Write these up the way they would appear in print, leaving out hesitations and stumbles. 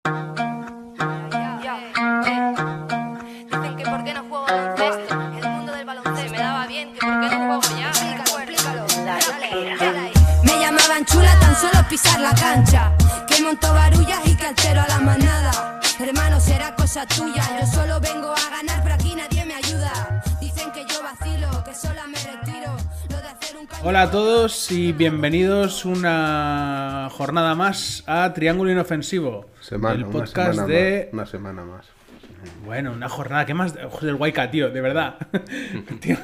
Dicen que por qué no juego baloncesto. El mundo del baloncesto me daba bien, que por qué no juego ya. Explícalo. Me llamaban chula tan solo pisar la cancha. Que monto barullas y que altero a la manada. Hermano, será cosa tuya. Yo solo vengo a ganar, pero aquí nadie me ayuda. Dicen que yo vacilo, que sola me retiro. Lo de hacer un cañón... Hola a todos y bienvenidos una jornada más a Triángulo Inofensivo. El podcast una semana más. Bueno, una jornada, ¿qué más? Joder, Waika, tío, de verdad. Tío.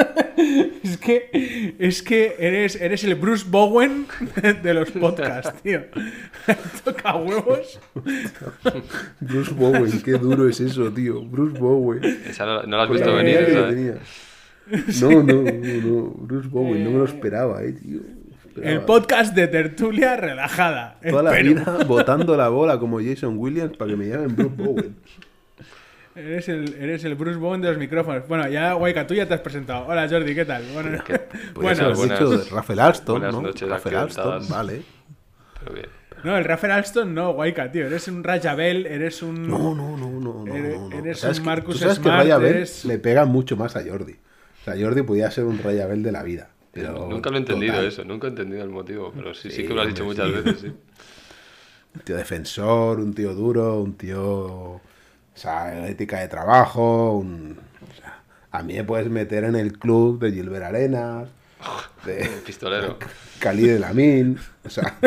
Es que eres el Bruce Bowen de los podcasts, tío. Toca huevos. Bruce Bowen, qué duro es eso, tío. Bruce Bowen. Esa no la has visto venir, ¿sabes? No. Bruce Bowen, no me lo esperaba, tío. El podcast de tertulia relajada. Toda la vida botando la bola como Jason Williams para que me llamen Bruce Bowen. Eres el Bruce Bowen de los micrófonos. Bueno, ya, Waika, tú ya te has presentado. Hola, Jordi, ¿qué tal? Bueno, pues has dicho de Rafael Alston, buenas ¿no? noches, Rafael Alston, vale. Pero bien. No, el Rafael Alston no, Waika, tío. Eres un Raja Bell, eres un... No. Eres ¿Sabes un que, Marcus tú sabes Smart, que Raya Bell eres... le pega mucho más a Jordi. O sea, Jordi podía ser un Raya Bell de la vida. Pero Nunca lo he entendido total. eso, nunca he entendido el motivo, pero sí que lo has hombre, dicho muchas sí. veces, sí. Un tío defensor, un tío duro, un tío... O sea, ética de trabajo, o sea, a mí me puedes meter en el club de Gilbert Arenas, de Pistolero. Cali de Lamin, o sea...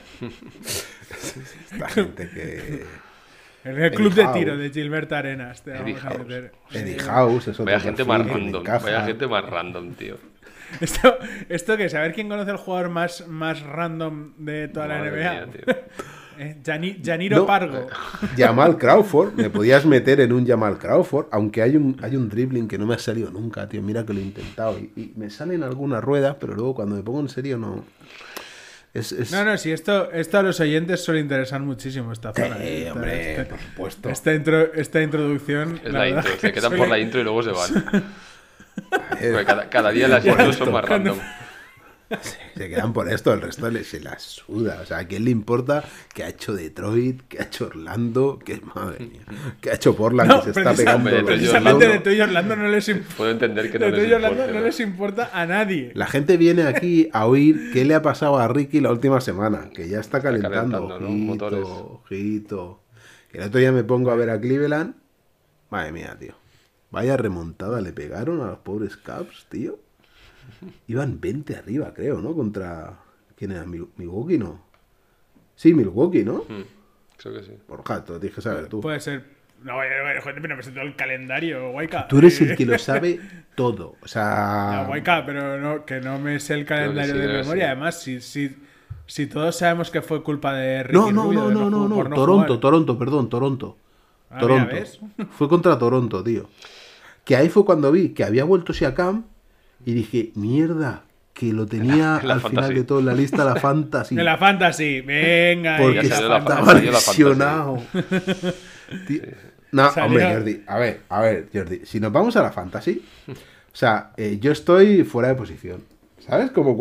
esta gente que... En el club de House. tiro de Gilberto Arenas. Te Eddie vamos a House. meter. Eddie House, eso Vaya gente más random, tío. Esto que saber quién conoce el jugador más random de toda la Madre NBA. mía, tío. Yaniro No. Pargo. Jamal Crawford, me podías meter en un Jamal Crawford, aunque hay un dribbling que no me ha salido nunca, tío. Mira que lo he intentado y me salen algunas ruedas, pero luego cuando me pongo en serio no. No, si esto a los oyentes suele interesar muchísimo esta zona. Hombre, por supuesto. Esta introducción. Es la intro, verdad se que quedan por la intro y luego se van. Porque Eh, cada día las intros son más random. Se quedan por esto, el resto se las suda. O sea, ¿a quién le importa qué ha hecho Detroit, qué ha hecho Orlando, madre mía, qué ha hecho Portland, No, que se está pegando? precisamente, los precisamente unos? Detroit y Orlando no les importa. Puedo entender que no Detroit les y Orlando importe, no ¿no? les importa a nadie. La gente viene aquí a oír qué le ha pasado a Ricky la última semana, que ya está calentando. calentando, ¿no? Motores. Ojito. El otro día me pongo a ver a Cleveland. Madre mía, tío. Vaya remontada le pegaron a los pobres Cavs, tío. Iban 20 arriba, creo, ¿no? Contra... ¿Quién era? ¿Milwaukee, no? Sí, Milwaukee, ¿no? Creo que sí. Borja, te lo tienes que saber tú. Puede ser. No, joder, pero me presentó el calendario, Waika. Tú eres el que lo sabe todo. O sea... No, Waika, pero no, que no me sé el calendario Creo que sí, de creo que memoria. sí. Además, si todos sabemos que fue culpa de Ricky No. Rubio, de por no Toronto, jugar. Toronto. Ah, Toronto. mira, ¿ves? Fue contra Toronto, tío. Que ahí fue cuando vi que había vuelto Siakam y dije, mierda, que lo tenía en la al fantasy. final de todo en la lista la fantasy. En la fantasy, venga. Porque Ya salió la estaba fantasy, la lesionado. Tío, no, Salió- hombre, Jordi, a ver, Jordi, si nos vamos a la fantasy, o sea, yo estoy fuera de posición, ¿sabes? Como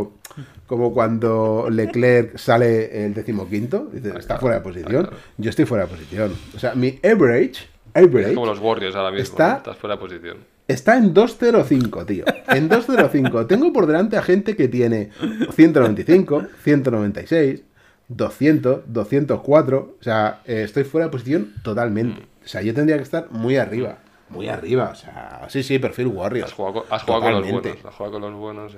cuando Leclerc sale el 15º, dice, está fuera de posición, claro. yo estoy fuera de posición. O sea, mi average Es como los Warriors ahora mismo. Está- ¿no? Estás fuera de posición. está en 2.05, tío. En 2.05. Tengo por delante a gente que tiene 195, 196, 200, 204. O sea, estoy fuera de posición totalmente. O sea, yo tendría que estar muy arriba. Muy arriba. O sea, sí, perfil Warriors. Has jugado con los Totalmente. buenos. Has jugado con los buenos.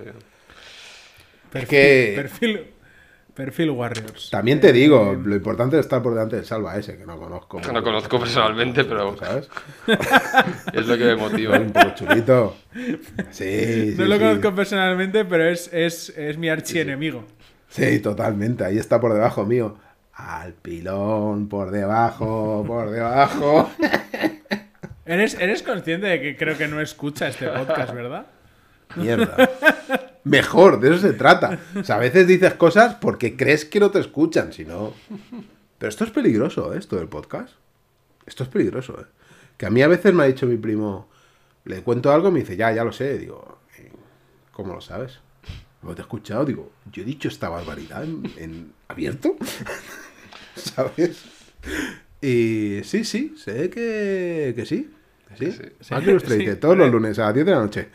Perfil Warriors. También te digo, lo importante es estar por delante del Salva ese, que no conozco. Que no conozco personalmente, pero ¿Sabes? es lo que me motiva. Un poco chulito. Sí, No lo sí. conozco personalmente, pero es mi archienemigo. Sí, totalmente. Ahí está por debajo mío. Al pilón, por debajo, por debajo. ¿Eres consciente de que creo que no escucha este podcast, verdad? Mierda. Mejor, de eso se trata. O sea, a veces dices cosas porque crees que no te escuchan, si no... Pero esto es peligroso, ¿eh? Esto del podcast. Esto es peligroso, ¿eh? Que a mí a veces me ha dicho mi primo, le cuento algo y me dice, ya lo sé. Digo, ¿cómo lo sabes? ¿No te he escuchado? Digo, yo he dicho esta barbaridad en abierto. ¿Sabes? Y sí, sé que sí. Que sí. Sí. Mark Illustrated, todos los lunes a las 10 de la noche.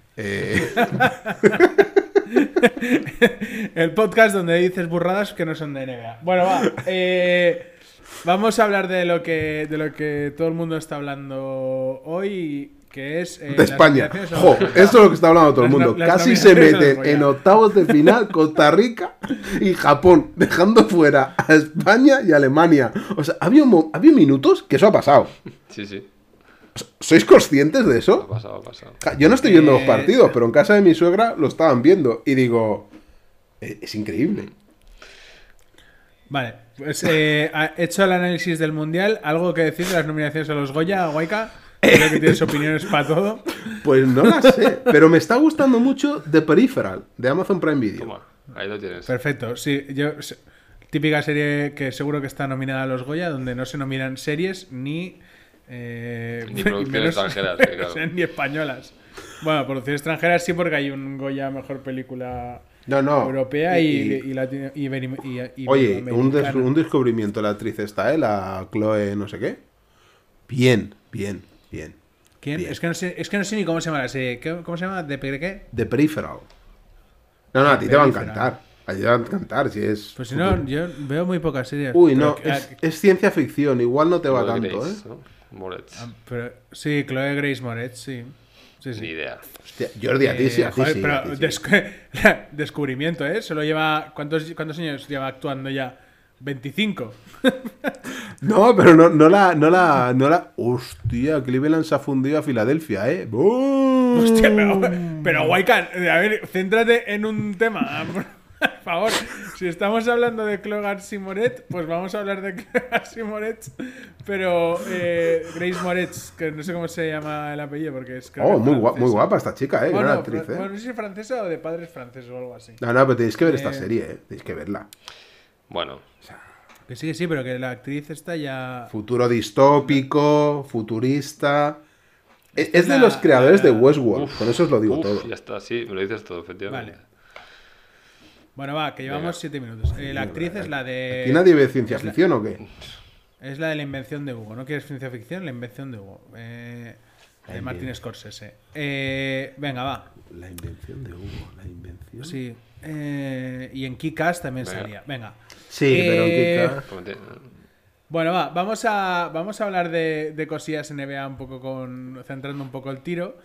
El podcast donde dices burradas que no son de NBA. Bueno, va. Vamos a hablar de lo que todo el mundo está hablando hoy, que es... de España. Jo, eso es lo que está hablando todo el mundo. Casi se meten en octavos de final Costa Rica y Japón, dejando fuera a España y Alemania. O sea, había minutos que eso ha pasado. Sí. ¿Sois conscientes de eso? Ha pasado. Yo no estoy viendo los partidos, pero en casa de mi suegra lo estaban viendo. Y digo, es increíble. Vale, pues hecho el análisis del Mundial, ¿algo que decir de las nominaciones a los Goya, Waika? Creo que tienes opiniones para todo. Pues no las sé, pero me está gustando mucho The Peripheral, de Amazon Prime Video. Toma, ahí lo tienes. Perfecto, sí, típica serie que seguro que está nominada a los Goya, donde no se nominan series ni producciones extranjeras, sí, claro. ni españolas. Bueno, producciones extranjeras sí, porque hay un Goya mejor película europea oye, un descubrimiento la actriz esta, la Chloe no sé qué. Bien. ¿Quién? Bien. Es que no sé ni cómo se llama la serie. ¿Cómo se llama? ¿De qué? The Peripheral. No, a ti te va a encantar. A ti te va a encantar si es... Pues si no, yo veo muy pocas series. Uy, no, es ciencia ficción. Igual no te va Chloe tanto, Grace, ¿no? Moretz. Pero, sí, Chloe Grace Moretz, sí. Ni idea. Hostia, Jordi, a ti sí, a ti joder, sí. pero descubrimiento, ¿eh? Solo lleva... ¿Cuántos años lleva actuando ya? 25. No, pero no la... Hostia, Cleveland se ha fundido a Filadelfia, ¿eh? ¡Boom! Hostia, pero Waikan, a ver, céntrate en un tema. Por favor, si estamos hablando de Chloe Grace Moretz, pues vamos a hablar de Chloe Grace Moretz, pero Grace Moretz, que no sé cómo se llama el apellido, porque es... muy guapa esta chica, Bueno, gran actriz, bueno, no sé si es francesa o de padres franceses o algo así. No, pero tenéis que ver esta serie, tenéis que verla. Bueno. Que sí, pero que la actriz está ya... Futuro distópico, futurista... Es de los creadores de Westworld, con eso os lo digo todo. Ya está, sí, me lo dices todo, efectivamente. Vale. Bueno, va, que llevamos 7 minutos. La actriz es la de... ¿Aquí nadie ve ciencia ficción o qué? Es la de La invención de Hugo. ¿No quieres ciencia ficción? La invención de Hugo. De Martin Scorsese. Venga, va. La invención de Hugo, la invención... Sí. Y en Kick-Ass también salía. Venga. Sí, pero en Kick-Ass... Bueno, va. Vamos a hablar de cosillas NBA un poco centrando un poco el tiro.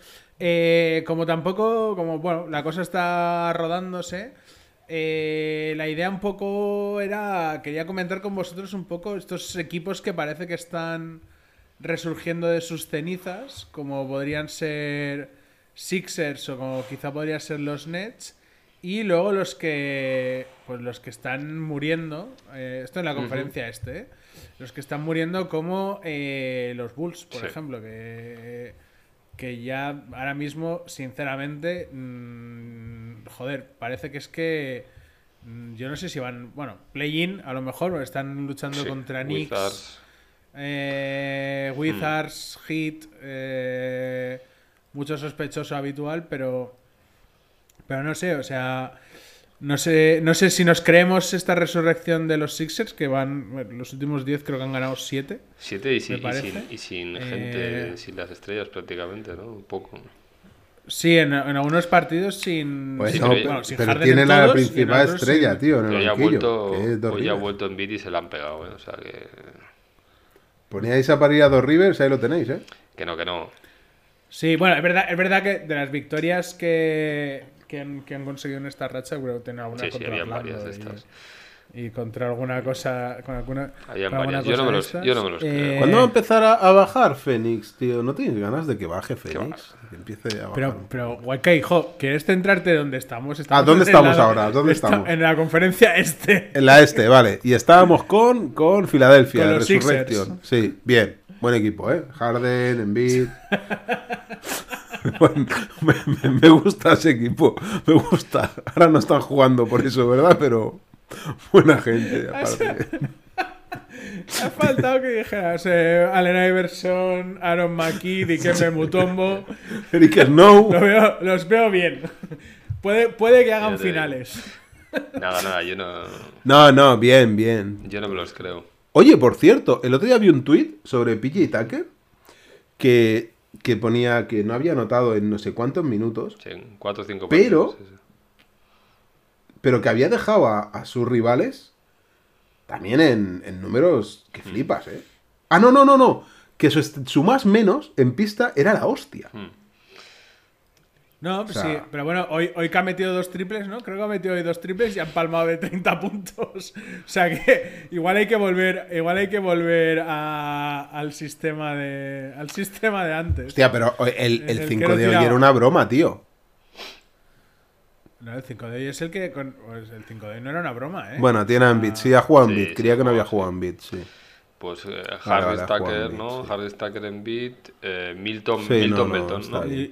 Como la cosa está rodándose... la idea un poco quería comentar con vosotros un poco estos equipos que parece que están resurgiendo de sus cenizas, como podrían ser Sixers o como quizá podrían ser los Nets, y luego los que están muriendo, esto en la conferencia los que están muriendo como los Bulls, por ejemplo, que ya ahora mismo, sinceramente, joder, parece que es que yo no sé si van, play-in a lo mejor, están luchando contra Knicks, Wizards, Heat, mucho sospechoso habitual, pero no sé, o sea, no sé si nos creemos esta resurrección de los Sixers, que van, los últimos 10 creo que han ganado 7. 7 y sin gente, sin las estrellas prácticamente, ¿no? Un poco. Sí, en algunos partidos sin... Pues sin pero tiene la principal estrella, tío, en el banquillo. Hoy ha vuelto en beat y se la han pegado, o sea que... Poníais a parir a Dos Rivers, ahí lo tenéis, ¿eh? Que no. Sí, bueno, es verdad que de las victorias que han conseguido en esta racha, creo que tienen alguna contra había Orlando varias de estas. Y contra alguna cosa... Habían varias. Yo no me los creo. ¿Cuándo va a empezar a bajar Fénix, tío? ¿No tienes ganas de que baje Fénix? Que empiece a bajar. Pero Waika, hijo, ¿quieres centrarte donde estamos? ¿Dónde estamos ahora? ¿Dónde estamos? En la conferencia En la vale. Y estábamos con Filadelfia, con los Resurrection. Sí, bien. Buen equipo, ¿eh? Harden, Embiid... Bueno, me gusta ese equipo. Me gusta. Ahora no están jugando por eso, ¿verdad? Pero buena gente, aparte. Ha faltado que dijeras Allen Iverson, Aaron McKee, Dikembe Mutombo. Eric Snow. Los veo bien. Puede que hagan finales. Nada, yo no... No, bien. Yo no me los creo. Oye, por cierto, el otro día vi un tuit sobre PJ Tucker que ponía que no había anotado en no sé cuántos minutos, Sí, en 4 o 5 Pero- partidos. Sí, sí. pero que había dejado a sus rivales también en números que flipas, ¿eh? Ah, no. Que su más menos en pista era la hostia. No, pues O sea- sí, pero bueno, hoy que ha metido 2 triples, ¿no? Creo que ha metido hoy 2 triples y han palmado de 30 puntos. O sea que igual hay que volver al sistema de antes. Hostia, pero En el el 5 que no de hoy tiraba. era una broma, tío. No, el 5 de hoy es el que pues el 5 de hoy no era una broma, ¿eh? Bueno, tiene Embiid. Sí, ha jugado Sí, Embiid. sí, Creía que no había jugaba, jugado Embiid, sí. Pues vale, Harris ha Tucker, jugado Embiid, ¿no? sí. Harris Tucker en beat, Milton, Sí, Milton no, Melton, está ¿no? bien.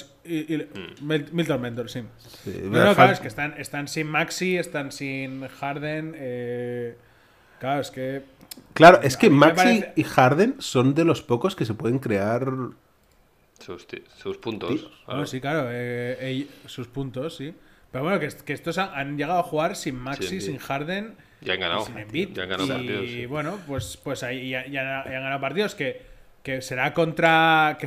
Milton Mentor, sí. Sí, No, claro, es que están sin Maxi, están sin Harden. Claro, es que. Claro, es que A mí me Maxi parece- y Harden son de los pocos que se pueden crear. Sus puntos. Tíos. claro. No, sí, claro, sus puntos, sí. Pero bueno, que estos han llegado a jugar sin Maxi, Sin sin Embiid. Harden. Ya han ganado. Y sin Embiid. Ya han ganado Y partidos, sí. bueno, pues ahí ya han ganado partidos que serán contra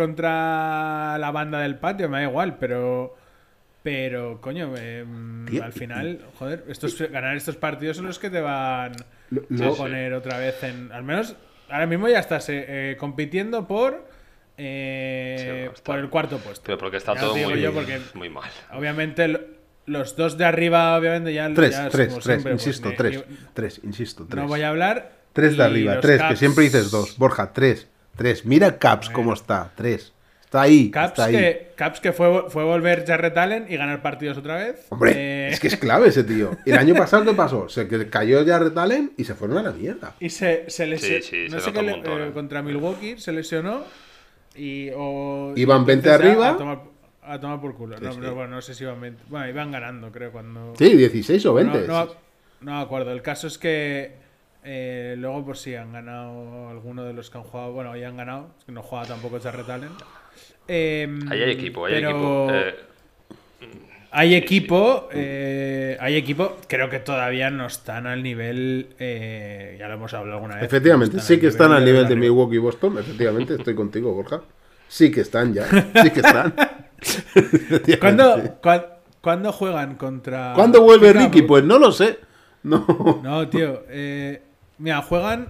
la banda del patio, me da igual, pero coño, Tío, al final, joder, ganar estos partidos son los que te van Lo- a poner otra vez al menos ahora mismo ya estás compitiendo por Sí, está- por el cuarto puesto. Pero porque está Ya todo os digo muy, yo, porque muy mal. obviamente los dos de arriba, obviamente ya Tres, ya tres, como tres, siempre, pues, insisto, no tres. voy a hablar. Tres de Y arriba, los tres, que Caps- siempre dices dos. Borja, tres. Mira Caps cómo está, tres. Está ahí, Caps está ahí. que fue volver Jarrett Allen y ganar partidos otra vez. Hombre, es que es clave ese tío. El año pasado, ¿qué pasó? Cayó Jarrett Allen y se fueron a la mierda. Y se lesionó. Sí, no se sé nota qué un montón, contra Milwaukee se lesionó. Iban 20 entonces arriba. A tomar por culo. No, Sí. pero bueno, no sé si iban 20. Bueno, iban ganando, creo, cuando. Sí, 16 o 20. No me acuerdo. El caso es que luego, pues sí, han ganado algunos de los que han jugado. Bueno, ya han ganado. Es que no juega tampoco Jarrett Allen. Ahí hay equipo, hay pero equipo. Hay equipo. Hay equipo. Creo que todavía no están al nivel. Ya lo hemos hablado alguna vez. Efectivamente, no sí que están al nivel de arriba. Milwaukee y Boston. Efectivamente, estoy contigo, Borja. Sí que están ya. Sí que están. Efectivamente. ¿Cuándo juegan contra. ¿Cuándo vuelve Chicago? Ricky? Pues no lo sé. No. No, tío. Mira, juegan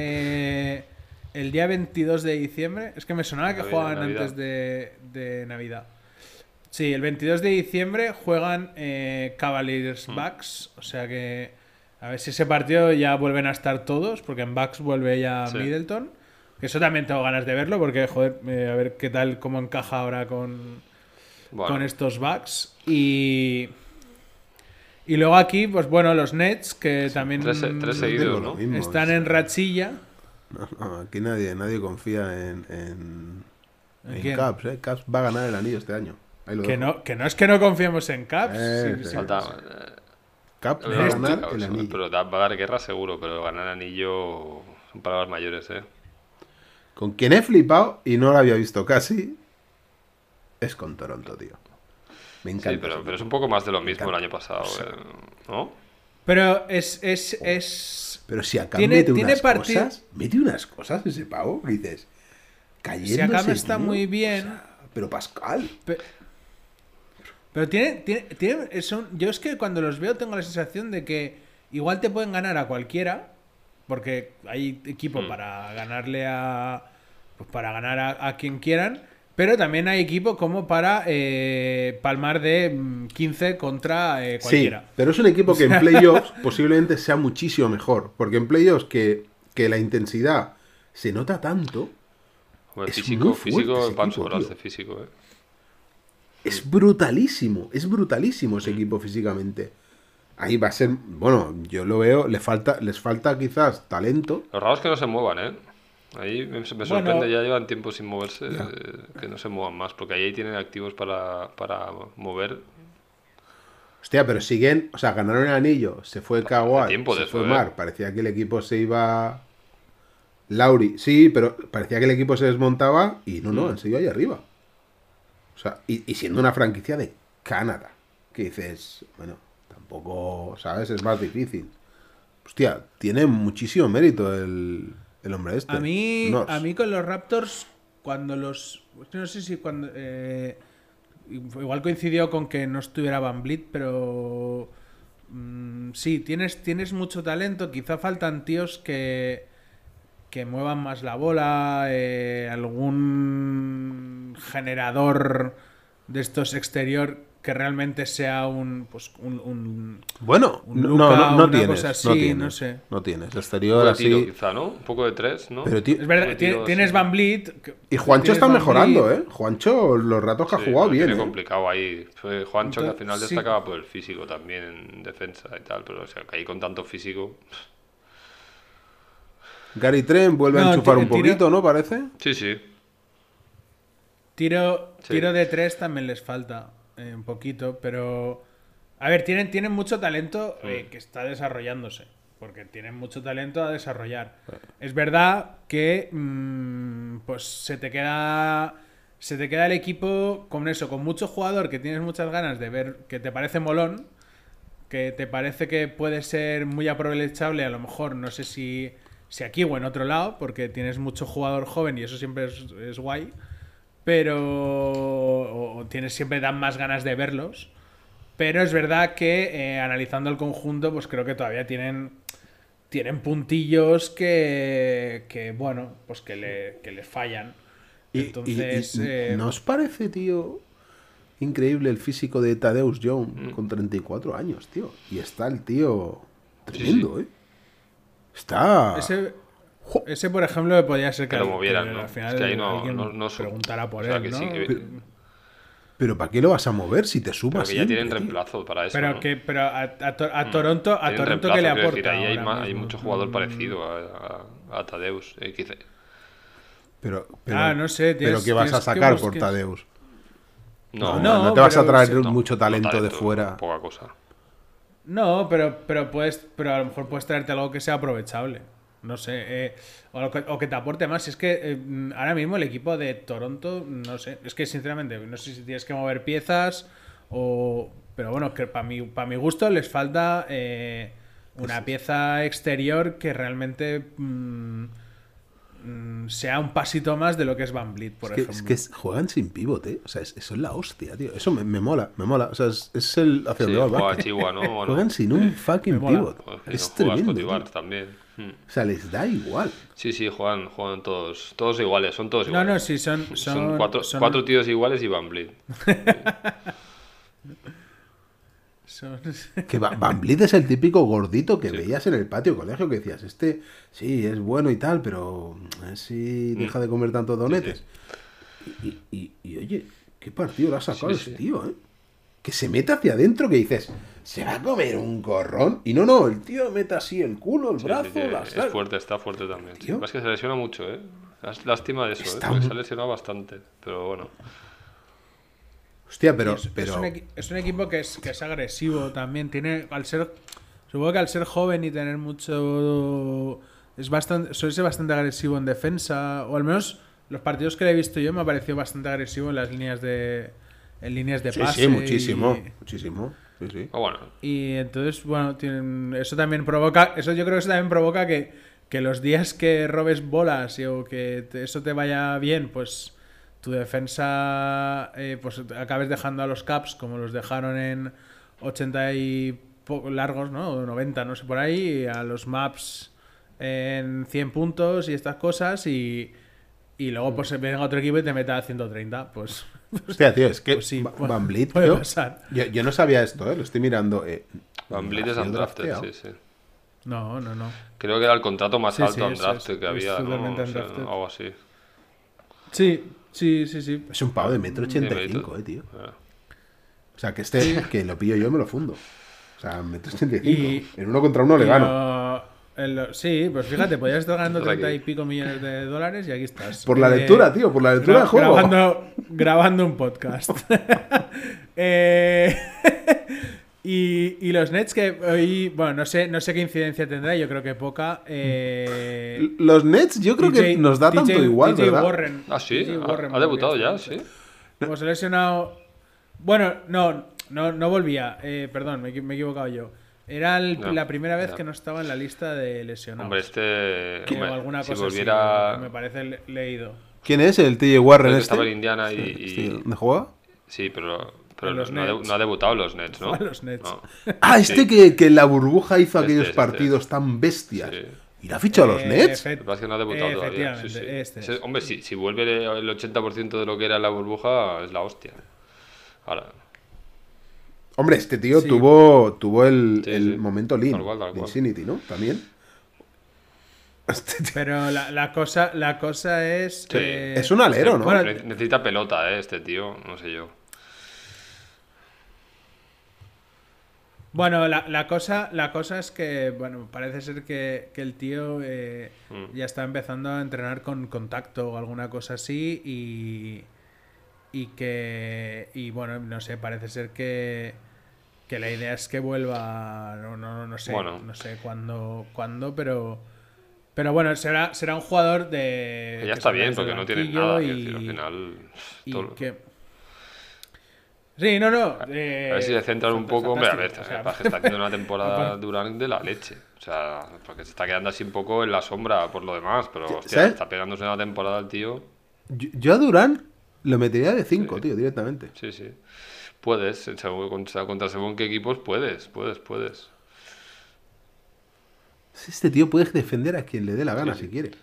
el día 22 de diciembre. Es que me sonaba que Navidad, jugaban Navidad. antes de Navidad. Sí, el 22 de diciembre juegan Cavaliers Bucks. O sea que a ver si ese partido ya vuelven a estar todos. Porque en Bucks vuelve ya Sí. Middleton. Que eso también tengo ganas de verlo. Porque, joder, a ver qué tal, cómo encaja ahora con estos Bucks. Y luego aquí, pues bueno, los Nets, que también Tres seguidos, ¿no? Lo mismo, están o en sea, rachilla. no, aquí nadie confía en quién? Caps, ¿eh? Caps va a ganar el anillo este año. Ahí lo dejo. Que no es que no confiemos en Caps. Sí. Falta. Caps va a Esto- ganar el anillo. Pero va a dar guerra seguro, pero ganar anillo son palabras mayores, ¿eh? Con quien he flipado y no lo había visto casi es con Toronto, tío. Me encanta. Sí, ese pero equipo. es un poco más de lo mismo el encanta. año pasado, ¿no? Pero es Pero si acá tiene mete unas partido- cosas, mete unas cosas ese pavo que dices, cayéndose, Si acá está tío, muy bien. o sea, pero Pascal. Pero yo es que cuando los veo tengo la sensación de que igual te pueden ganar a cualquiera. Porque hay equipo para ganarle para ganar a quien quieran. Pero también hay equipo como para palmar de 15 contra cualquiera. Sí, pero es un equipo que en playoffs posiblemente sea muchísimo mejor. Porque en playoffs que la intensidad se nota tanto, Hombre, Es físico, muy fuerte físico, ese van equipo, sobrados tío. de físico, ¿eh? es brutalísimo ese equipo físicamente. Ahí va a ser, bueno, yo lo veo, les falta quizás talento. Lo raro es que no se muevan, ¿eh? Ahí me sorprende, ya llevan tiempo sin moverse, que no se muevan más, porque ahí tienen activos para mover. Hostia, pero siguen, o sea, ganaron el anillo, se fue Kawhi, tiempo se de fue eso, Mar, parecía que el equipo se iba... Lauri, sí, pero parecía que el equipo se desmontaba y no, han seguido ahí arriba. O sea, y siendo una franquicia de Canadá, que dices, bueno, tampoco, ¿sabes? Es más difícil. Hostia, tiene muchísimo mérito el hombre este. A mí Nurse. con los Raptors, cuando los... No sé si cuando... igual coincidió con que no estuviera VanVleet, pero... sí, tienes mucho talento. Quizá faltan tíos que muevan más la bola, algún generador de estos exterior que realmente sea un Bueno, un no Luka, una tienes, cosa así, no tienes, no sé. no tienes. El Un exterior tiro, así. quizá, ¿no? Un poco de 3, ¿no? Pero, tío, Es verdad, Un tiro tienes así. VanVleet. y Juancho está Van mejorando, Vliet. Juancho, los ratos que ha Sí, jugado lo bien, tiene complicado ahí. Fue Juancho que al final Entonces, sí. destacaba por el físico también en defensa y tal, pero o sea, que ahí con tanto físico... Gary Trent vuelve a No, enchufar un tiro- poquito, ¿no? Parece. Sí, sí. Tiro Sí. de 3 también les falta un poquito, pero... A ver, tienen mucho talento que está desarrollándose, porque tienen mucho talento a desarrollar. Es verdad que pues se te queda el equipo con eso, con mucho jugador que tienes muchas ganas de ver, que te parece molón, que te parece que puede ser muy aprovechable, a lo mejor, no sé si aquí o en otro lado, porque tienes mucho jugador joven y eso siempre es guay, pero siempre dan más ganas de verlos. Pero es verdad que analizando el conjunto, pues creo que todavía tienen puntillos que bueno, pues que le fallan. Entonces, ¿no os parece, tío, increíble el físico de Tadeusz Young con 34 años, tío? Y está el tío tremendo, ¿eh? Está... ese, por ejemplo, podría ser Que lo movieran, ¿no? al final Es que ahí no alguien se- preguntara por o sea, él, que ¿no? sí, Pero ¿para qué lo vas a mover si te Pero sumas que ya tienen siempre, tío? reemplazo para eso, Pero ¿no? pero a Toronto Tienen que reemplazo, le quiero aporta decir, ahí hay, ahora hay mismo. mucho jugador parecido a Tadeusz. Quizá... Pero, no sé, pero ¿qué vas a tienes que sacar por buscar- Tadeusz? No, No te vas a pero traer sí, mucho no talento de fuera. Poca cosa. No, pero a lo mejor puedes traerte algo que sea aprovechable. No sé, o que te aporte más. Es que ahora mismo el equipo de Toronto, no sé, es que sinceramente, no sé si tienes que mover piezas pero bueno, que para mi gusto les falta una pieza exterior que realmente sea un pasito más de lo que es VanVleet, por ejemplo. Es que juegan sin pivote, o sea, eso es la hostia, tío. Eso me mola, me mola. O sea, es el hacia Sí, donde va el juega básquet. Chihuahua, ¿no? Bueno, Juegan sin un fucking Me mola. pivot. pues, Es no juega tremendo. Scottie tío. Barnes también. O sea, les da igual. Sí, juegan todos iguales, son todos No, iguales. no, sí, son cuatro tíos iguales y VanVleet. Que VanVleet es el típico gordito que veías en el patio colegio que decías, este sí, es bueno y tal, pero sí deja de comer tantos donetes. Y oye, qué partido le ha sacado Sí, ese sí. tío, ¿eh? Que se mete hacia adentro que dices, se va a comer un gorrón. Y no, el tío mete así el culo, el Sí, brazo, sí, las... es fuerte, está fuerte también. Sí. Tío. Es que se lesiona mucho, ¿eh? Lástima de eso, Está porque muy- se ha lesionado bastante. Pero bueno. Hostia, pero... Es un equipo que es agresivo también. Supongo que al ser joven y tener mucho... Suele ser bastante agresivo en defensa. O al menos los partidos que le he visto yo me ha parecido bastante agresivo en las líneas de Sí, pase. sí, muchísimo, y- muchísimo. Sí, sí. O bueno, Y entonces, bueno, eso también provoca... Yo creo que eso también provoca que los días que robes bolas o que eso te vaya bien, pues tu defensa pues acabes dejando a los Caps como los dejaron en 80 y largos, ¿no? O 90, no sé, por ahí, y a los Maps en 100 puntos y estas cosas y luego pues venga otro equipo y te meta a 130, pues... Hostia, tío, es que Pues sí, VanVleet, puede tío, pasar. yo no sabía esto, lo estoy mirando. VanVleet es ha sido undrafted, drafteado. sí. No. Creo que era el contrato más Sí, alto sí, undrafted que es había, ¿no? totalmente O sea, undrafted. algo así. Sí. Es un pavo de 1,85 m, tío. O sea, que que lo pillo yo me lo fundo. O sea, 1,85 m. En 1 contra 1 le gano. Sí, pues fíjate, podías estar ganando Estás 30 y aquí. pico millones de dólares y aquí estás. Por la lectura, tío, por la lectura del juego. Grabando un podcast. Y los Nets que hoy, bueno, no sé qué incidencia tendrá, yo creo que poca. Los Nets yo creo que nos da tanto igual, TJ ¿verdad? Warren. Ah, sí, TJ Warren ha debutado volvió ya, esta sí. noche. Como se ha lesionado. Bueno, no volvía. Perdón, me he equivocado yo. Era No, la primera vez ya. que no estaba en la lista de lesionados. Hombre, O alguna si cosa volviera... así, que me parece leído. ¿Quién es el TJ Warren Creo que este? estaba en Indiana ¿Dónde juega? Sí, pero En los no ha Nets. debutado en los Nets, ¿no? Juega en los Nets. No. Ah, este que en la burbuja hizo aquellos Este. partidos tan bestias. Sí. ¿Y la ha fichado a los Nets? Lo que pasa es que no ha debutado todavía. Sí, Efectivamente, sí. este es. Hombre, si vuelve el 80% de lo que era la burbuja, es la hostia. Ahora, Hombre, este tío Sí. tuvo el Sí, sí. momento lean Tal cual. de Insanity, ¿no? También. Este tío- Pero la cosa es... Sí. Es un alero, ¿no? Bueno, necesita pelota, este tío, no sé yo. Bueno, la cosa es que, bueno, parece ser que el tío ya está empezando a entrenar con contacto o alguna cosa así y bueno, no sé, parece ser que la idea es que vuelva, no sé, Bueno. no sé cuándo, pero bueno, será un jugador de... Que ya que está saldrá bien, desde porque el no tiene banquillo nada. Quiero decir, al final. y todo- que... Sí, no. A ver si se centran un poco, hombre, a ver, fantástico, o sea, pasa que está haciendo una temporada Durant de la leche. O sea, porque se está quedando así un poco en la sombra por lo demás, pero hostia, ¿sabes? está pegándose una temporada el tío. Yo a Durán lo metería de 5, tío, directamente. Sí, sí. Puedes, contra según qué equipos puedes. Este tío puede defender a quien le dé la gana Sí. si quiere.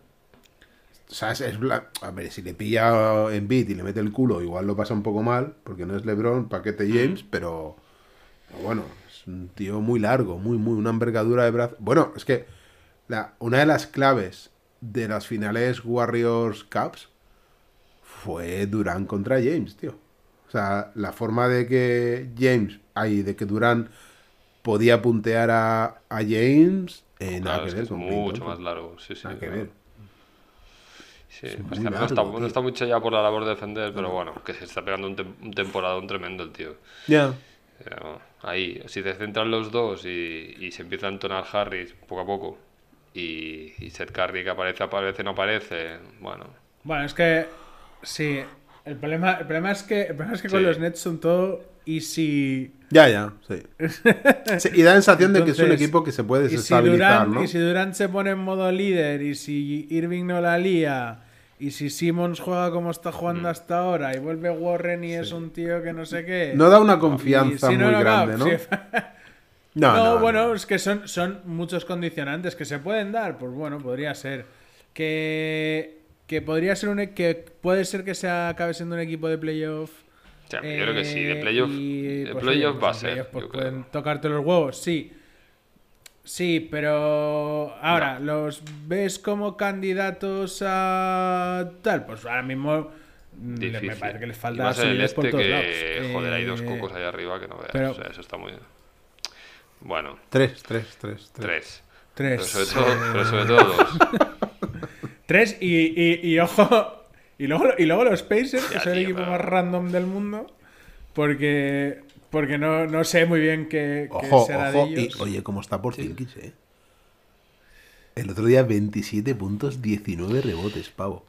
O sea, a ver, si le pilla en beat y le mete el culo, igual lo pasa un poco mal, porque no es LeBron, paquete James, pero bueno, es un tío muy largo, muy, una envergadura de brazo. Bueno, es que una de las claves de las finales Warriors Cups fue Durant contra James, tío. O sea, la forma de que de que Durant podía puntear a James, nada Claro, que es ver que es con mucho Clinton. más largo. Sí, sí. Nada que claro. ver. Sí, Es pues muy que no largo, tío. está mucho ya por la labor de defender, pero bueno, que se está pegando un temporadón tremendo el tío. Ya. Ahí, si se centran los dos y se empieza a entonar Harris poco a poco y Seth Curry que aparece, no aparece, bueno. Bueno, es que sí, el problema es que con Sí. los Nets son todo easy. Ya, sí. Sí, y da la sensación de que es un Entonces, equipo que se puede desestabilizar, ¿no? Y si Durant se pone en modo líder, y si Irving no la lía, y si Simmons juega como está jugando hasta ahora, y vuelve Warren y es un tío que no sé qué. No da una y confianza si muy no, grande, ¿no? sí. No, Bueno, es que son muchos condicionantes que se pueden dar. Pues bueno, podría ser. Que podría ser que puede ser que acabe siendo un equipo de playoff. O sea, yo creo que sí, de playoff, y, de pues, playoff oye, va a pues en ser. playoff, pues yo pueden creo. tocarte los huevos, sí. Sí, pero ahora, ¿los ves como candidatos a tal? Pues ahora mismo me Difícil. parece que les Y falta más en el solidez por este todos que, lados. joder, hay dos cocos ahí arriba que no veas. pero- O sea, eso está muy... Bueno, 3. 3. Tres. Pero sobre todo 2. 3 y ojo. Y luego los Pacers, que Ya, son el tío, equipo pero- más random del mundo. Porque no sé muy bien qué Ojo, será ojo. de Y, ellos. oye, ¿cómo está Porzingis, El otro día 27 puntos, 19 rebotes, pavo.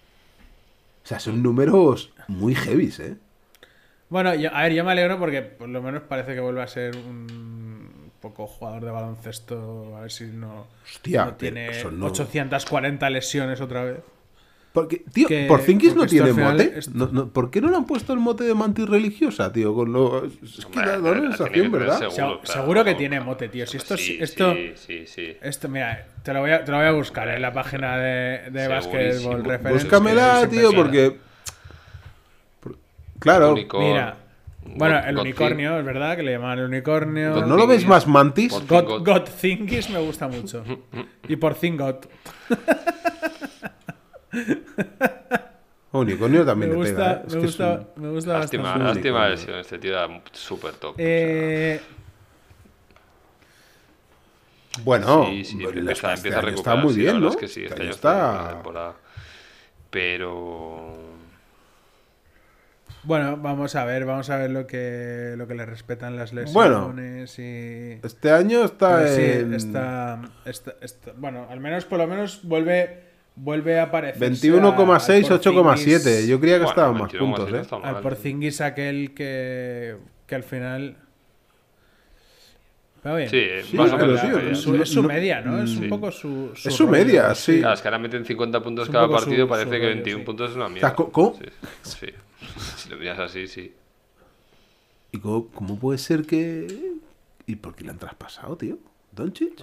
O sea, son números muy heavies, Bueno, yo me alegro porque por lo menos parece que vuelve a ser un poco jugador de baloncesto. A ver si no, Hostia, no tiene pero eso no- 840 lesiones otra vez. Porque, tío, Que- Porzingis no porque esto tiene al final mote. es- ¿Por qué no le han puesto el mote de mantis religiosa, tío? Es que da una sensación, ¿verdad? Seguro que tiene mote, tío. Si esto, sí, esto, sí. esto, mira, te lo voy a buscar en la página de Segurísimo. Basketball Reference. Búscamela, que siempre tío, sale. porque... Claro, Mira, bueno, el unicornio, es verdad que le llamaban el unicornio. ¿no lo ves más mantis? Godthingis me gusta mucho. Y Porzingot. Unicornio también Me le gusta, pega, ¿eh? Es me que gusta, es un- me gusta Lástima bastante. la unicornio. lesión. Este tío era súper top. Bueno, sí, este empieza a año recuperar. está muy sí, la bien, verdad ¿no? es que sí, este Este año año está en buena está... temporada. Pero... Bueno, vamos a ver lo que le respetan las lesiones Bueno, y... Este año está Pero sí, en... bueno, al menos por lo menos vuelve a aparecer 21,6, 8,7. Yo creía que Bueno, estaban más 21,6 puntos, no está mal. al Porzingis aquel que al final Pero bien. Sí, Sí, más o pero menos. sí, media. Es su media, ¿no? Es un poco su Es su rollo. media, sí. Claro, es que ahora meten 50 puntos Es un cada poco partido, su parece que rollo, 21 sí. puntos es una sea, mierda. ¿cómo? Sí. Si lo miras así, sí. ¿Y cómo puede ser que...? ¿Y por qué le han traspasado, tío? ¿Doncic?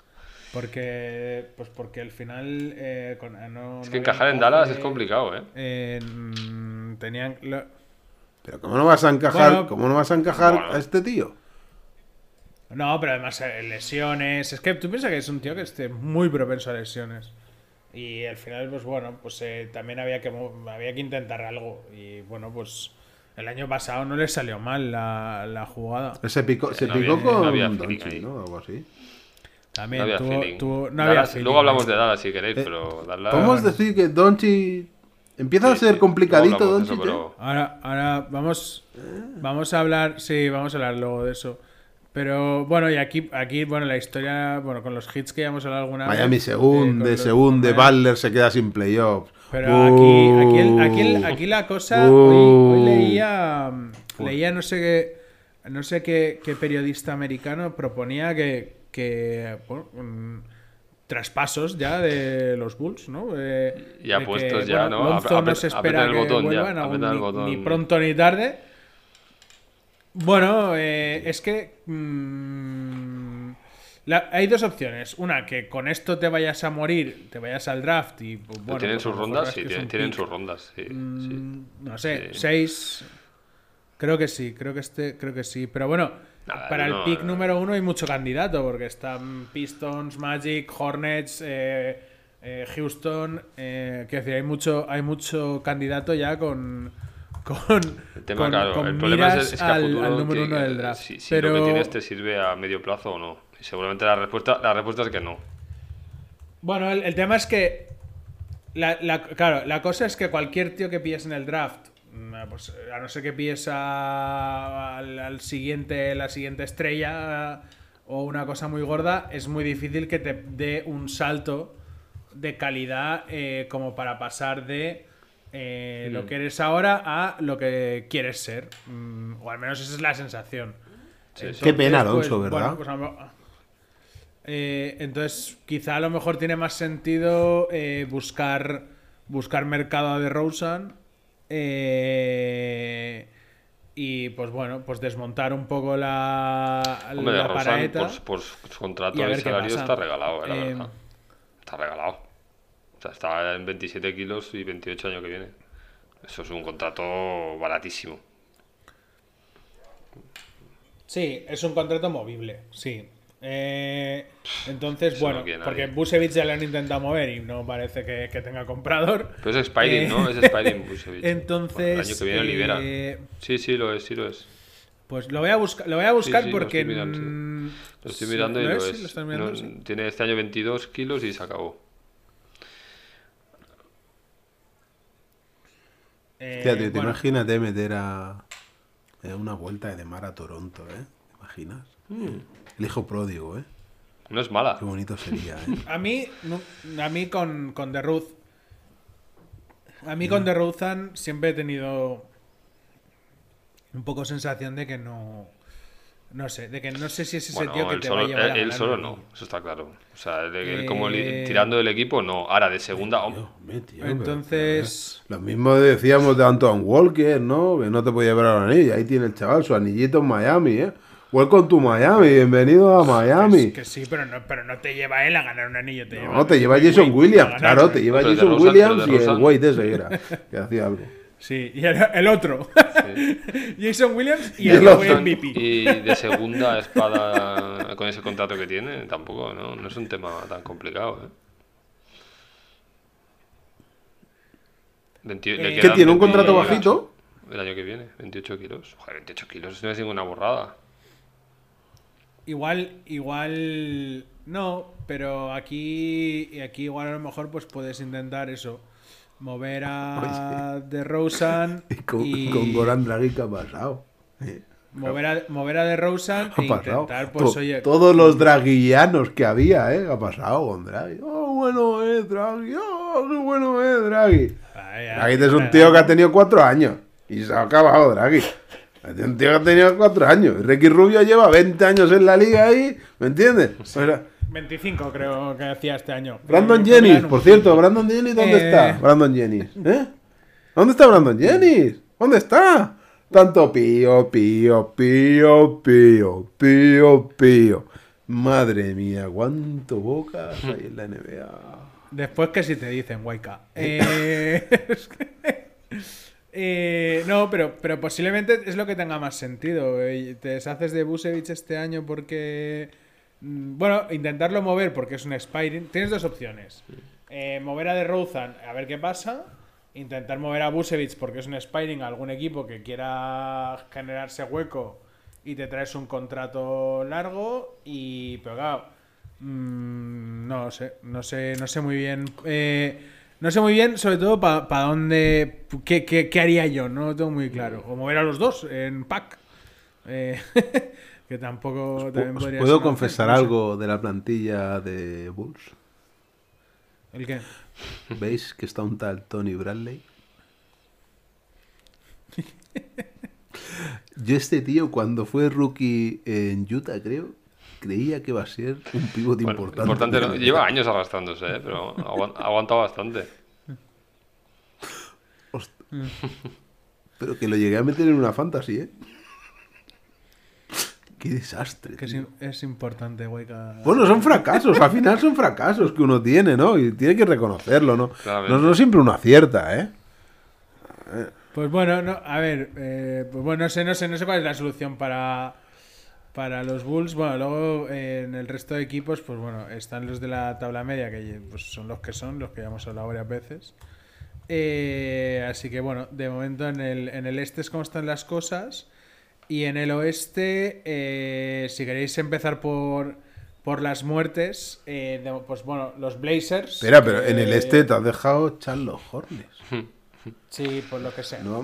Porque al final no, Es no que había encajar en encaje, Dallas es complicado, ¿eh? Tenían Pero ¿cómo no vas a encajar, Bueno, ¿cómo no vas a encajar bueno. a este tío? no, pero además lesiones. Es que tú piensas que es un tío que esté muy propenso a lesiones. Y al final, pues bueno, pues también había que intentar algo. Y bueno, pues el año pasado no le salió mal la jugada. Se picó no con había feeling Doncic, ahí. ¿no? Algo así. También No había feeling. no había Dallas- feeling. luego hablamos de Dallas si queréis, pero Dallas... ¿Podemos decir que Doncic empieza a Sí, ser sí, complicadito, luego hablamos de Doncic? eso, pero- Ahora vamos a hablar, sí, vamos a hablar luego de eso. Pero bueno, y aquí bueno, la historia, bueno, con los hits que ya hemos hablado alguna Miami vez. según de Butler se queda sin playoffs. Pero aquí la cosa, hoy leía no sé qué periodista americano proponía que bueno, traspasos ya de los Bulls, ¿no? Ya de puestos ya, ¿no? Lonzo no se Apretan espera el que botón ya, vuelvan aún apretan el botón. ni pronto ni tarde. Bueno, es que hay dos opciones. Una, que con esto te vayas a morir, te vayas al draft y pues, bueno, ¿Tienen pues, sus a lo mejor rondas? ves Sí, que es un tienen pick. sus rondas, sí. Sí. No sé, Sí. 6. Creo que sí, creo que sí. Pero bueno, Nada, para no, el pick no. número 1 hay mucho candidato, porque están Pistons, Magic, Hornets, Houston. Quiero decir, hay mucho candidato ya con El tema, claro, el problema es que a futuro al número que- 1 del draft. si Pero lo que tienes te sirve a medio plazo o no. Y seguramente la respuesta es que no. bueno, el tema es que claro, la cosa es que cualquier tío que pilles en el draft, pues, a no ser que pilles la siguiente estrella o una cosa muy gorda, es muy difícil que te dé un salto de calidad como para pasar de lo que eres ahora a lo que quieres ser. O al menos esa es la sensación. Sí, sí. Qué pena, Alonso, ¿verdad? bueno, pues entonces, quizá a lo mejor tiene más sentido buscar mercado de DeRozan y pues bueno, pues desmontar un poco Hombre, de la Rosan paraeta. por su contrato y a y ver qué salario pasa. está regalado, la Eh, verdad. Está regalado. O sea, está en 27 kilos y 28 años que viene. Eso es un contrato baratísimo. Sí, es un contrato movible, sí. Entonces, Eso bueno, no quiere porque nadie. Busevich ya lo han intentado mover y no parece que tenga comprador. Pero es Spiring, ¿no? Es Spiring Busevich. Entonces, Bueno, el año que viene libera. Sí, lo es, sí lo es. pues lo voy a buscar Sí, lo porque estoy mirando, sí. Lo estoy mirando y ¿lo lo es? es. ¿Lo estás mirando? No, Sí. tiene este año 22 kilos y se acabó. Hostia, tío, Bueno, imagínate meter a una vuelta de mar a Toronto, ¿eh? ¿Te imaginas? El hijo pródigo, ¿eh? No es mala. Qué bonito sería, ¿eh? a mí con DeRozan siempre he tenido un poco sensación de que no sé si es ese Bueno, tío que él te va a solo, llevar a él ganar solo un no, anillo. eso está claro. O sea, él Eh, tirando del equipo, no. Ahora, de segunda... Tío, tío, Entonces, lo mismo decíamos de Antoine Walker, ¿no? Que no te podía ver a la anillo. Ahí tiene el chaval su anillito en Miami, ¿eh? Welcome to Miami, bienvenido a Miami. que sí, pero no te lleva él a ganar un anillo. No, te lleva Jason Williams, claro, te lleva Pero de Jason Rosen, Williams pero y de el Rosen. Wade ese era, que hacía algo. Sí, y el otro. Jason Williams y Y el el que otro. fue MVP. Y de segunda espada con ese contrato que tiene, tampoco, no es un tema tan complicado, ¿eh? Le ¿Qué quedan tiene un contrato 28 bajito? el año que viene, 28 kilos. Joder, 28 kilos no es ninguna borrada. Igual no, pero aquí igual a lo mejor pues puedes intentar eso. Mover a DeRozan Y con Goran Dragic, ¿qué ha pasado? mover a DeRozan Ha e pasado. intentar pues oye, Todos los draguillanos que había, ¿eh? ¿Qué ha pasado con Draghi? ¡Oh, bueno es Draghi! ¡Oh, qué bueno es Draghi! vaya, Draghi es un tío que ha tenido 4 años y se ha acabado Draghi. Es un tío que ha tenido 4 años. Y Ricky Rubio lleva 20 años en la liga ahí, ¿me entiendes? O sea, 25 creo que hacía este año. Brandon Jennings, por cierto, Brandon Jennings, ¿dónde está? Brandon Jennings, ¿eh? ¿Dónde está Brandon Jennings? ¿Dónde está? Tanto pío. Madre mía, cuánto bocas hay en la NBA. Después que si te dicen, Waika. No, pero posiblemente es lo que tenga más sentido. Te deshaces de Vucevic este año porque... Bueno, intentarlo mover porque es un expiring. Tienes dos opciones. Mover a DeRozan a ver qué pasa. Intentar mover a Vucevic porque es un expiring a algún equipo que quiera generarse hueco y te traes un contrato largo. Pero claro, no sé muy bien. No sé muy bien, sobre todo, para dónde. ¿Qué haría yo? No lo tengo muy claro. O mover a los dos en pack. Que tampoco. También ¿Os podría puedo ser confesar no sé. algo de la plantilla de Bulls? ¿El qué? ¿Veis que está un tal Tony Bradley? Yo este tío, cuando fue rookie en Utah, creía que iba a ser un pívot Bueno, importante. importante no. Lleva años arrastrándose, pero ha aguantado bastante. Pero que lo llegué a meter en una fantasy, ¿eh? Qué desastre. Que tío. es importante, Waika. Bueno, son fracasos, al final son fracasos que uno tiene, ¿no? Y tiene que reconocerlo, ¿no? Claramente. No siempre uno acierta, ¿eh? Pues bueno, no, a ver, pues bueno, no sé cuál es la solución para los Bulls. Bueno, luego en el resto de equipos, pues bueno, están los de la tabla media, que pues son los que ya hemos hablado varias veces. Así que bueno, de momento en el este es como están las cosas. Y en el oeste, si queréis empezar por las muertes, pues bueno, los Blazers. Espera, pero en el este te has dejado Charlotte Hornets. Sí, por lo que sea. No.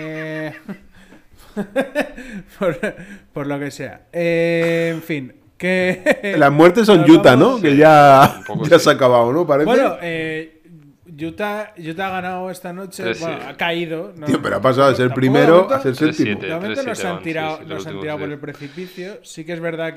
Por lo que sea. En fin, que... Las muertes son Nos Utah, vamos- ¿no? Que ya, un poco ya sí. se ha acabado, ¿no? Parece. Bueno, Utah ha ganado esta noche. 3-7. Bueno, ha caído. ¿no? Tío, pero ha pasado de ser Tampoco primero de momento- a ser séptimo. 3-7. De momento nos 3-7 han van, tirado, sí, nos los han últimos tirado por 10. el precipicio. Sí que es verdad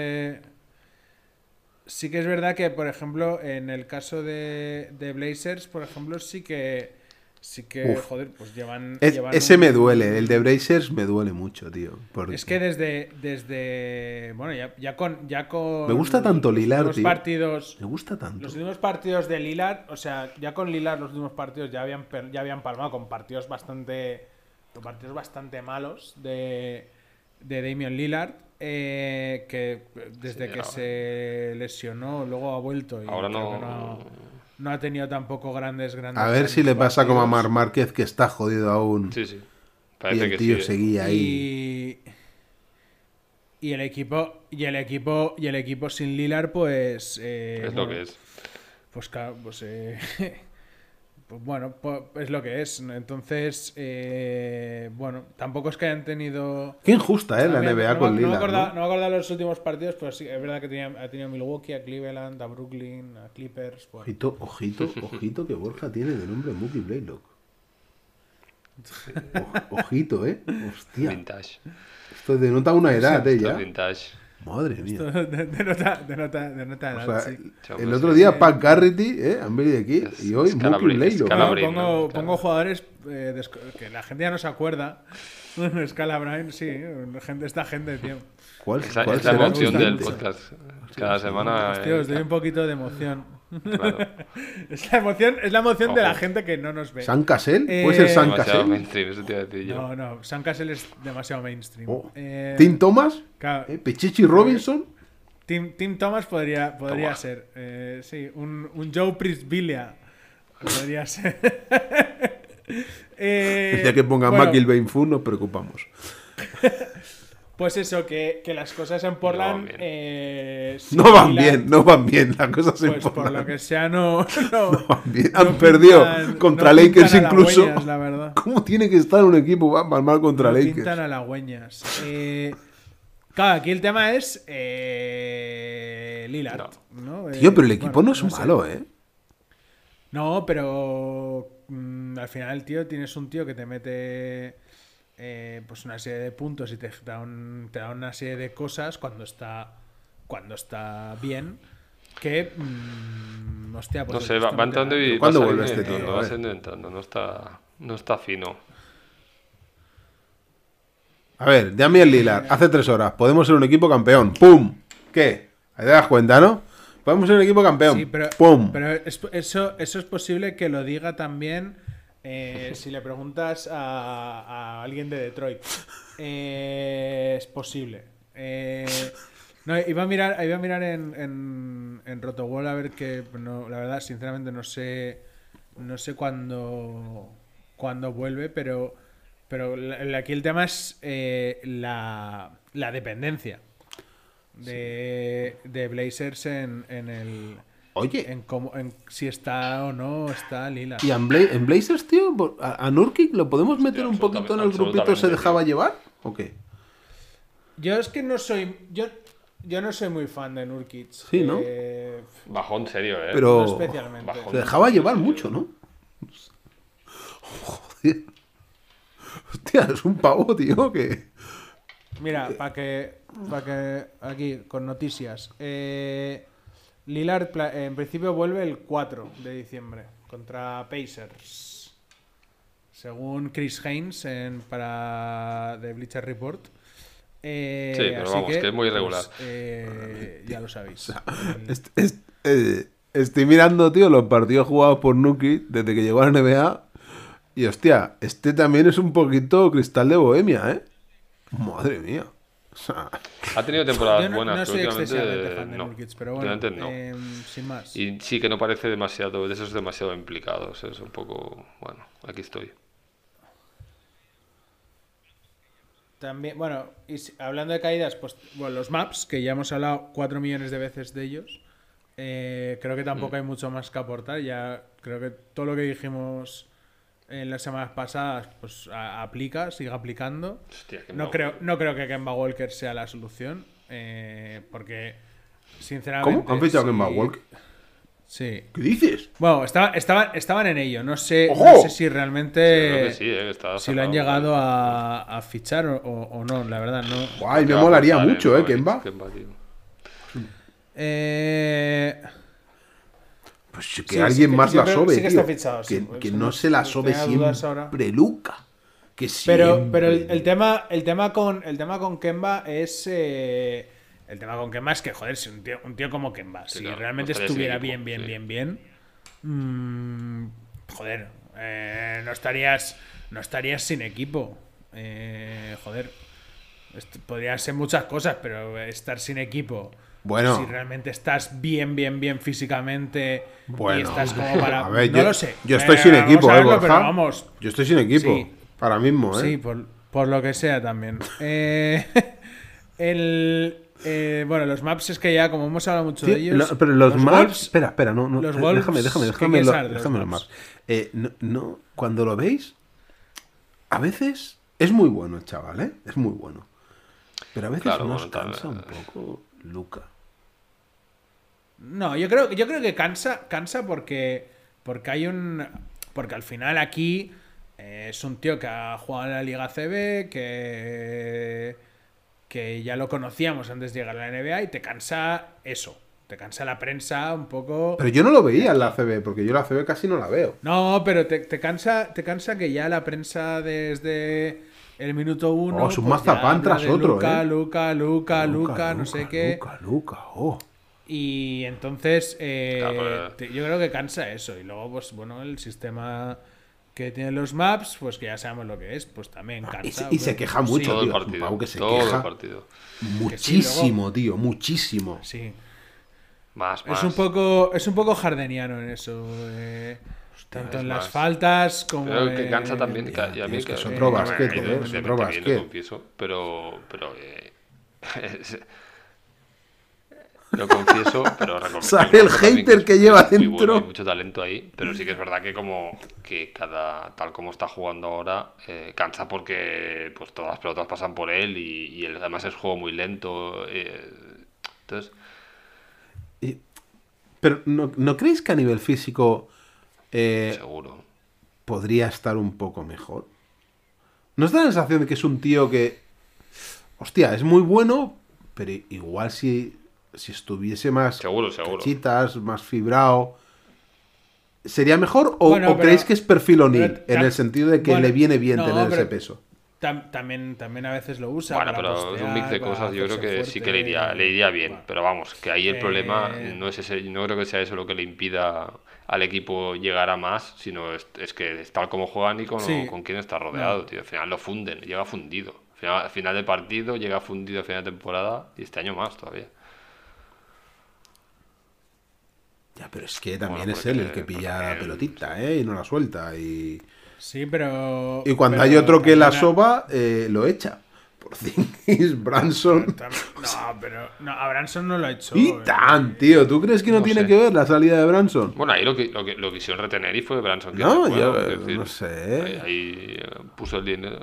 que, por ejemplo, en el caso de Blazers, por ejemplo, sí que Uf. joder, pues llevan Ese me duele, el de Blazers me duele mucho, tío. Porque Es que desde bueno, ya con me gusta tanto los Lillard, últimos tío. partidos, Me gusta tanto. los últimos partidos de Lillard, o sea, ya con Lillard los últimos partidos ya habían palmado con partidos bastante malos de Damian Lillard, que desde Sí, que ahora. se lesionó luego ha vuelto y Ahora creo que no. no ha tenido tampoco grandes A ver si le pasa como a Mar partidos. Márquez, que está jodido aún. Sí, sí. Y Parece el que tío sí. seguía ahí. Y el equipo sin Lillard, pues Es lo que es. pues claro, pues pues bueno, pues es lo que es. Entonces, bueno, tampoco es que hayan tenido... Qué injusta, la NBA con no Lillard. me acordaba de los últimos partidos, pero sí, es verdad que ha tenido a Milwaukee, a Cleveland, a Brooklyn, a Clippers. Bueno. Ojito que Borja tiene de nombre Mookie Blaylock. Ojito, hostia. Vintage. Esto denota una edad, Esto ya. es vintage. Madre mía. Denota O edad, sea, sí. el otro día Pat Garrity, han venido aquí, y hoy Mookie Scalabrini, Blaylock. Scalabrini. Pongo Claro. jugadores que la gente ya no se acuerda. Scalabrine, sí, esta gente, tío. ¿Cuál Esa cuál es la será el emoción del siguiente? podcast. Cada semana. Hostia, os doy un poquito de emoción. Claro. Es la emoción de la Ojo. gente que no nos ve. ¿San Cassell? ¿Puede ser San Demasiado Cassell? mainstream, eso te iba a decir yo. No, Sam Cassell es demasiado mainstream. Oh. Tim ¿Tim Thomas? ¿Pechichi Robinson? Tim Thomas podría Toma. ser. Sí, un Joe Prisbilia podría ser. El día que ponga bueno, McIlvaine Fu nos preocupamos. Pues eso, que las cosas en Portland. sin No van Lillard, bien, no van bien. Las cosas se Pues por importan. lo que sea, no van bien. no Han perdido pintan- contra no Lakers pintan incluso. halagüeñas, la verdad. ¿Cómo tiene que estar un equipo para mal contra No Lakers? pintan halagüeñas. Claro, aquí el tema es Lillard. ¿no? Tío, pero el equipo bueno, no es sé. malo, No, pero al final, tío, tienes un tío que te mete pues una serie de puntos y te da una serie de cosas cuando está bien que hostia, pues No sé, esto va me entrando queda- y ¿Cuándo va vuelve saliendo este y tío? entrando, A va ver. saliendo y entrando, no está fino. A ver, Damian Lillard, hace 3 horas, podemos ser un equipo campeón. ¡Pum! ¿Qué? Ahí te das cuenta, ¿no? Podemos ser un equipo campeón. Sí, pero ¡Pum! eso es posible que lo diga también si le preguntas a alguien de Detroit. Es posible. No, iba a mirar en Rotowall a ver que no, la verdad, sinceramente no sé cuándo vuelve, pero aquí el tema es la dependencia de Blazers en el Oye, en si está o no está Lillard. ¿y en Blazers, tío? ¿A Nurkic lo podemos meter Hostia, un poquito en el grupito? ¿Se absolutamente, dejaba tío. llevar? ¿O qué? Yo es que no soy yo no soy muy fan de Nurkic. Sí, ¿no? Bajón serio, ¿eh? Pero No especialmente. Bajón. se dejaba llevar Sí, sí. mucho, ¿no? Joder. Hostia, es un pavo, tío, que... Mira, para que aquí con noticias. Lillard en principio vuelve el 4 de diciembre contra Pacers. Según Chris Haynes para The Bleacher Report. pero así vamos, que es muy irregular. Ya lo sabéis. Estoy mirando, tío, los partidos jugados por Nuki desde que llegó a la NBA. Y hostia, este también es un poquito cristal de Bohemia, ¿eh? Madre mía. O sea, Ha tenido temporadas Yo no buenas, soy pero excesivamente últimamente fan de no. Nurkic, pero bueno, Últimamente no. sin más. Y sí que no parece demasiado, de esos demasiado implicados. Es un poco, bueno, aquí estoy. También, bueno, hablando de caídas, pues bueno, los maps, que ya hemos hablado 4 millones de veces de ellos, creo que tampoco hay mucho más que aportar. Ya creo que todo lo que dijimos en las semanas pasadas, pues sigue aplicando. Hostia, que No creo que Kemba Walker sea la solución, porque sinceramente... ¿cómo? ¿Han fichado a sí, Kemba Walker? Sí. ¿Qué dices? Bueno, estaban en ello. No sé si Sí, realmente creo que sí, está si lo han sacado, llegado ¿vale? a fichar o no, la verdad, no. Guay, me Que va a molaría aportar, mucho, Mavericks, Kemba. Kemba, tío. Pues que Sí, alguien sí, más yo la creo- sobe, sí que tío. está fichado, sí. Que Es no como- se la sobe tenía dudas ahora. siempre Luca. Que Pero siempre. el tema con Kemba es el tema con Kemba es que, joder, si un tío como Kemba, si claro, realmente no estaría estuviera sin equipo, bien, joder, no estarías sin equipo. Joder, podría ser muchas cosas, pero estar sin equipo. Bueno. Si realmente estás bien físicamente Bueno, y estás como para... a ver, no lo sé. Yo estoy sin Vamos equipo, a verlo, pero Borja. vamos. Yo estoy sin equipo. Sí. Ahora mismo, Sí, por lo que sea también. Bueno, los maps es que ya, como hemos hablado mucho Tío, de ellos. pero los maps. Wolves- Espera, no. los Wolves, déjame ¿qué quieres saber de los déjame los maps? maps. No, cuando lo veis, a veces es muy bueno el chaval, ¿eh? Es muy bueno. Pero a veces Claro, nos bueno, cansa un poco Luca. No, yo creo que cansa porque hay porque al final aquí es un tío que ha jugado en la Liga CB, que ya lo conocíamos antes de llegar a la NBA y te cansa eso. Te cansa la prensa un poco. Pero yo no lo veía en la CB, porque yo la CB casi no la veo. No, pero te cansa que ya la prensa desde el minuto 1. Oh, es un mazapán tras otro, Luca, ¿eh? Luca, no sé qué. Luca, oh. Y entonces Claro, yo creo que cansa eso. Y luego, pues bueno, el sistema que tienen los maps, pues que ya sabemos lo que es, pues también cansa. Y se queja mucho, Todo el tío. Es un partido. pavo que se Todo queja el partido. muchísimo, tío, muchísimo. Sí. Más. Es un poco jardeniano en eso. Tanto es en las más. faltas como. Creo que cansa también. Y a mí es que es me- otro me- básquet, me- es evidentemente otro bien, básquet. lo confieso, pero lo confieso, pero Sabe el hater que lleva muy bueno, dentro. hay mucho talento ahí, pero sí que es verdad que tal como está jugando ahora, cansa porque pues todas las pelotas pasan por él y además es juego muy lento. Entonces, Pero ¿no creéis que a nivel físico seguro. podría estar un poco mejor? ¿No os da la sensación de que es un tío que... Hostia, es muy bueno, pero igual si estuviese más Seguro. cachitas, más fibrado... ¿Sería mejor o, Bueno, o creéis que es perfil O'Neill? pero En el sentido de que bueno, le viene bien no, tener pero ese peso. También a veces lo usa. Bueno, para pero es postear, un mix de para cosas, yo creo hacerse que sí que le fuerte. iría bien. Bueno, Pero vamos, que ahí el problema eh, no es ese, no creo que sea eso lo que le impida al equipo llegar a más, sino es que es tal como juegan y Sí. con quién está rodeado, No. tío. Al final lo funden, llega fundido. Al final de partido, llega fundido a final de temporada y este año más todavía. Ya, pero es que también Bueno, es él el porque que pilla la también- pelotita, ¿eh? Y no la suelta. Y Sí, pero. cuando pero hay otro que la también soba, lo echa. Porzingis, Branson... No, pero. No, a Branson no lo ha hecho. Y tan, tío. ¿Tú crees que no, no tiene sé. que ver la salida de Branson? Bueno, ahí lo quisieron retener y fue Branson. No, recuerdo, yo quiero decir. no sé. Ahí puso el dinero.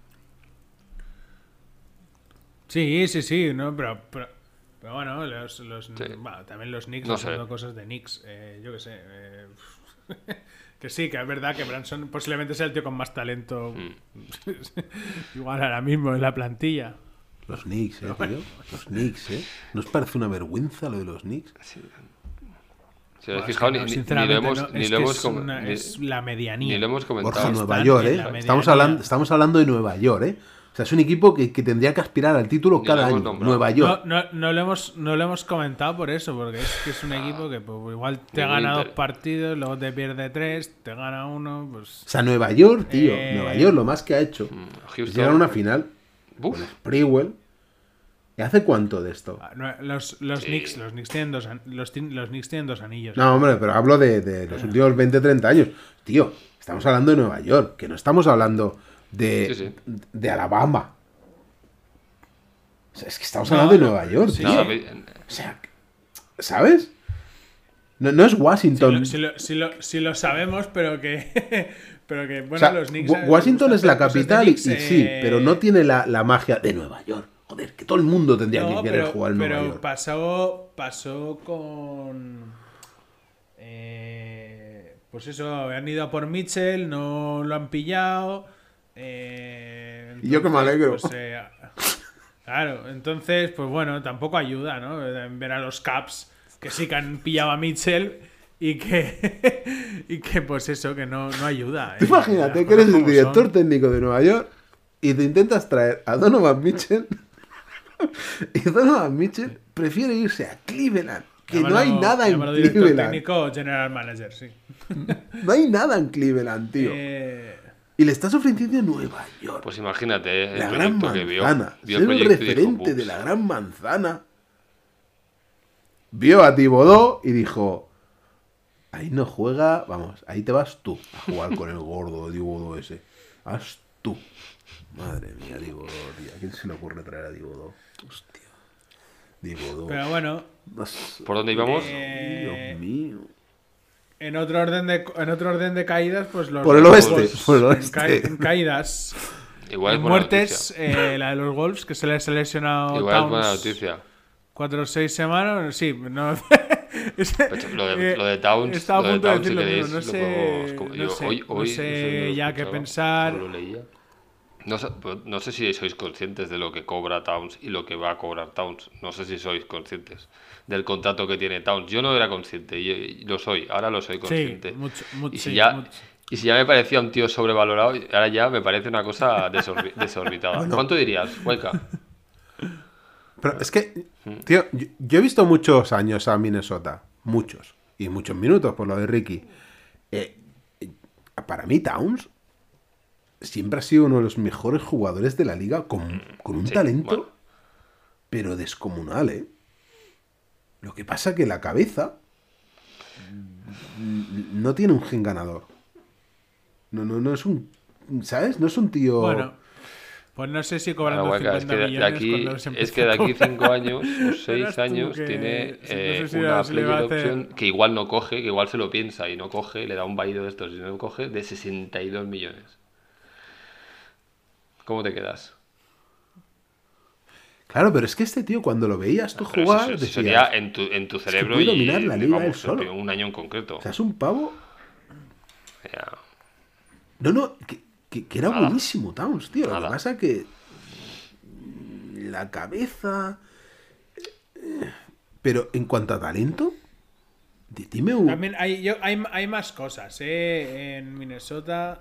Sí, no, pero bueno, bueno, también los Knicks No haciendo sé. cosas de Knicks, yo qué sé. Que sí, que es verdad que Branson posiblemente sea el tío con más talento igual ahora mismo en la plantilla. Los Knicks, tío. Los Knicks, ¿No os parece una vergüenza lo de los Knicks? Si os Bueno, habéis es fijado, que no, ni lo sinceramente hemos, no, ni es lo que hemos es, com- una- ni- es la medianía. ni lo hemos comentado. Borja, Nueva Están York, en ¿eh? la Estamos hablando de Nueva York, ¿eh? O sea, es un equipo que tendría que aspirar al título Ni cada lo hemos año. nombrado. Nueva York. No lo hemos comentado por eso, porque es que es un equipo que pues, igual te Ningún gana 2 Inter. partidos, luego te pierde 3, te gana 1, pues... O sea, Nueva York, tío. Eh, Nueva York, lo más que ha hecho es Houston. llegar a una final Buf. con Sprewell. ¿Y hace cuánto de esto? Los Sí. Knicks tienen los Knicks tienen 2 anillos. No, hombre, pero hablo de los últimos 20-30 años. Tío, estamos hablando de Nueva York, que no estamos hablando de, Sí. de Alabama. O sea, es que estamos No, hablando de no, Nueva York, sí, tío. Nada, O sea, ¿sabes? No es Washington. Si lo sabemos, pero que... Pero que, bueno, O sea, los Knicks... Washington es la cosas de capital Knicks, y sí, pero no tiene la magia de Nueva York. Joder, que todo el mundo tendría que querer jugar en Nueva York. Pasó con... pues eso, han ido a por Mitchell, no lo han pillado. Y yo que me alegro. Pues, claro, entonces, pues bueno, tampoco ayuda, ¿no? Ver a los Caps que sí que han pillado a Mitchell y que pues eso, que no ayuda. Tú imagínate que eres el Como director son. técnico de Nueva York y te intentas traer a Donovan Mitchell y Donovan Mitchell prefiere irse a Cleveland. Que no hay nada en Llámalo director Cleveland. técnico, general manager, sí. No hay nada en Cleveland, tío. Y le estás ofreciendo Nueva York. Pues imagínate, el La gran proyecto que vio. manzana. Vio Ser el el proyecto y dijo, referente de "Bups". la gran manzana. Vio a Thibodeau y dijo: ahí no juega, vamos, ahí te vas tú a jugar con el gordo de Thibodeau ese. Vas tú. Madre mía, Thibodeau, tío. ¿A quién se le ocurre traer a Thibodeau? Hostia. Thibodeau. Pero bueno, ¿Por dónde íbamos? Dios mío. en otro orden de caídas, pues los Por el los oeste, Wolves. por el oeste. En caídas. Igual es En buena muertes, noticia. la de los Wolves, que se les ha lesionado Igual es Towns buena noticia. 4 o 6 semanas. Sí, no. Lo de Towns, Estaba a lo de punto de Towns, si decirlo, queréis, pero no lo sé. podemos- No yo sé, hoy- no hoy, sé lo ya qué escuchaba, pensar. solo lo leía. No sé si sois conscientes de lo que cobra Towns y lo que va a cobrar Towns. No sé si sois conscientes del contrato que tiene Towns. Yo no era consciente, y lo soy, ahora lo soy Sí, consciente. mucho, y, si sí, ya, mucho. y si ya me parecía un tío sobrevalorado, ahora ya me parece una cosa desorbitada. Bueno. ¿Cuánto dirías, Huelca? Pero es que, tío, yo he visto muchos años a Minnesota. Muchos. Y muchos minutos por lo de Ricky. Para mí, Towns siempre ha sido uno de los mejores jugadores de la liga con un Sí, talento, bueno. pero descomunal, ¿eh? Lo que pasa que la cabeza no tiene un gen ganador. No es un... ¿Sabes? No es un tío... Bueno, pues no sé si cobrando Ahora, Huelca, 50 millones es que de aquí 5 años o 6 Verás tú años que- tiene no sé si una se le va a player hacer- option que igual no coge, que igual se lo piensa y no coge, le da un vaído de estos y no coge, de 62 millones. ¿Cómo te quedas? Claro, pero es que este tío, cuando lo veías tú Pero jugar, eso decías, sería en tu cerebro puede y dominar la liga él vamos, solo. un año en concreto. o sea, es un pavo... Ya. No, que era Nada. buenísimo Towns, tío. Lo que Nada. pasa que la cabeza... Pero en cuanto a talento, dime un... También hay más cosas, en Minnesota.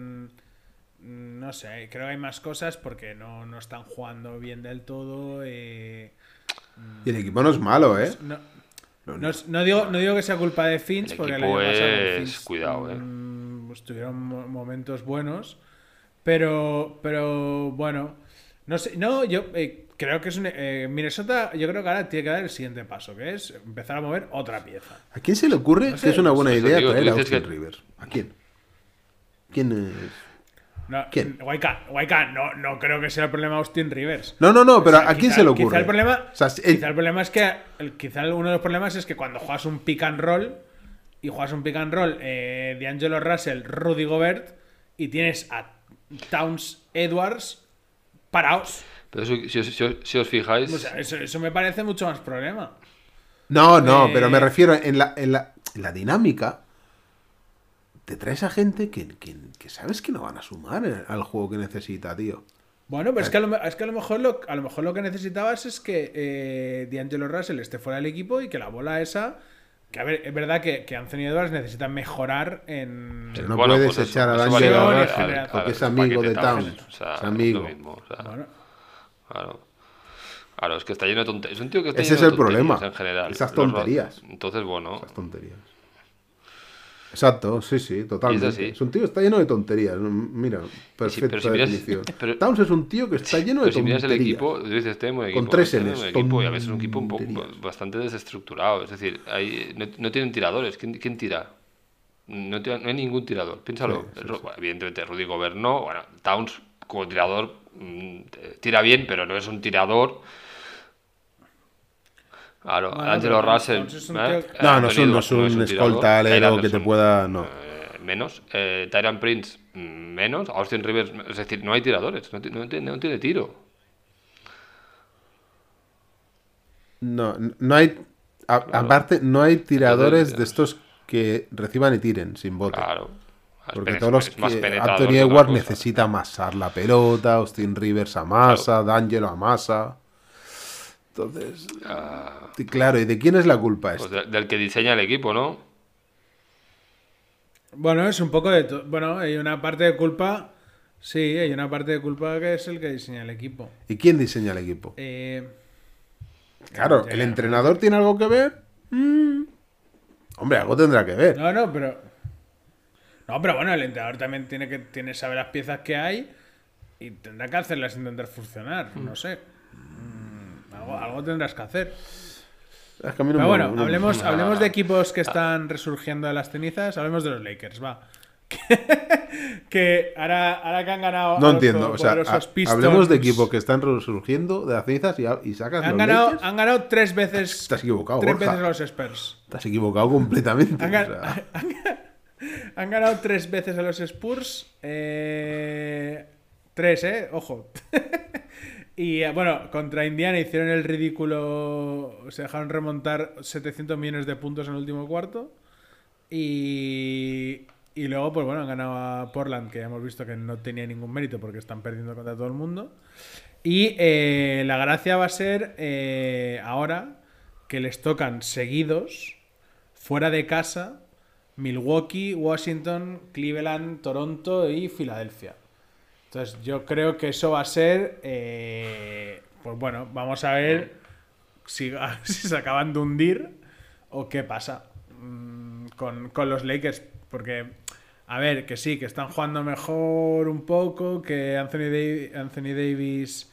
No sé, creo que hay más cosas porque no están jugando bien del todo. Y el equipo no es malo, ¿eh? No digo que sea culpa de Finch, El porque el equipo año pasado con es- Finch, cuidado, pues tuvieron momentos buenos. Pero bueno, no sé, no, yo creo que es Minnesota, yo creo que ahora tiene que dar el siguiente paso, que es empezar a mover otra pieza. ¿A quién se le ocurre No sé, que es una buena eso idea digo, traer a tú dices Austin que- Rivers? ¿A quién? ¿Quién es? No, ¿Quién? Waika, no creo que sea el problema Austin Rivers. No, pero O sea, ¿a quién quizá- se le Quizá ocurre? el problema, O sea, quizá el problema es que quizá uno de los problemas es que cuando juegas un pick and roll y juegas un pick and roll D'Angelo Russell, Rudy Gobert y tienes a Towns Edwards parados. Pero si os fijáis, O sea, eso me parece mucho más problema. No, pero me Eh, refiero en la dinámica. Te traes a gente que sabes que no van a sumar al juego que necesita, tío. Bueno, pero es que a lo mejor lo que necesitabas es que D'Angelo Russell esté fuera del equipo y que la bola esa. Que a ver, es verdad que Anthony Edwards necesita mejorar en. Pero no bueno, puedes pues echar a eso D'Angelo vale Russell porque es el amigo paquete de Towns. O sea, Es amigo. lo mismo, o sea, Bueno, claro, es que está lleno de tonterías. Es un tío que está Ese lleno es de el problema. tonterías en general. Esas Los tonterías. Entonces, bueno, Esas tonterías. Exacto, sí, totalmente. Y es así. Es un tío que está lleno de tonterías. Mira, perfecta pero si miras- definición. pero- Towns es un tío que está lleno de pero si miras tonterías. el equipo, tú dices, tenemos un equipo. Con tres tenemos Ns, un equipo y a veces un equipo tonterías. bastante desestructurado. Es decir, no tienen tiradores. ¿Quién tira? No hay ningún tirador. Piénsalo. Sí. Bueno, evidentemente, Rudy Gobert no. Bueno, Towns como tirador tira bien, pero no es un tirador. Claro, Bueno, Angelo pero Russell. Towns es un ¿eh? tío- No, Anthony no es Edwards un tirador. escolta alero Tyler que te Anderson, pueda. No. Menos. Tyron Prince, menos. Austin Rivers, es decir, no hay tiradores. No tiene tiro. No hay. Aparte, no hay tiradores Entonces, de estos que reciban y tiren sin bote. Claro. Porque Es todos los más que penetrador Anthony que otra Edwards cosa. necesita amasar la pelota, Austin Rivers amasa, D'Angelo amasa. Entonces, y claro, ¿y de quién es la culpa Pues esto? del que diseña el equipo, ¿no? Bueno, es un poco de todo. Bueno, hay una parte de culpa. Sí, hay una parte de culpa que es el que diseña el equipo. ¿Y quién diseña el equipo? Claro, ya, ¿el ya. entrenador tiene algo que ver? Hombre, algo tendrá que ver. No, pero bueno, el entrenador también tiene que saber las piezas que hay y tendrá que hacerlas intentar funcionar. No sé. Algo tendrás que hacer. Es que a mí no Pero me- bueno, no- hablemos de equipos que están resurgiendo de las cenizas. Hablemos de los Lakers, va. Que ahora que han ganado No a los entiendo. O sea, poderosos Pistons, hablemos de equipos que están resurgiendo de las cenizas y sacas han los ganado, Lakers. han ganado 3 veces. Estás equivocado, 3 Borja. veces a los Spurs. Estás equivocado completamente. Han, o sea. han ganado 3 veces a los Spurs. 3, ojo. Y bueno, contra Indiana hicieron el ridículo. Se dejaron remontar 700 millones de puntos en el último cuarto. Y luego, pues bueno, han ganado a Portland, que ya hemos visto que no tenía ningún mérito porque están perdiendo contra todo el mundo. Y la gracia va a ser ahora que les tocan seguidos, fuera de casa, Milwaukee, Washington, Cleveland, Toronto y Filadelfia. Entonces yo creo que eso va a ser, pues bueno, vamos a ver si se acaban de hundir o qué pasa con los Lakers. Porque, a ver, que sí, que están jugando mejor un poco, que Anthony Davis,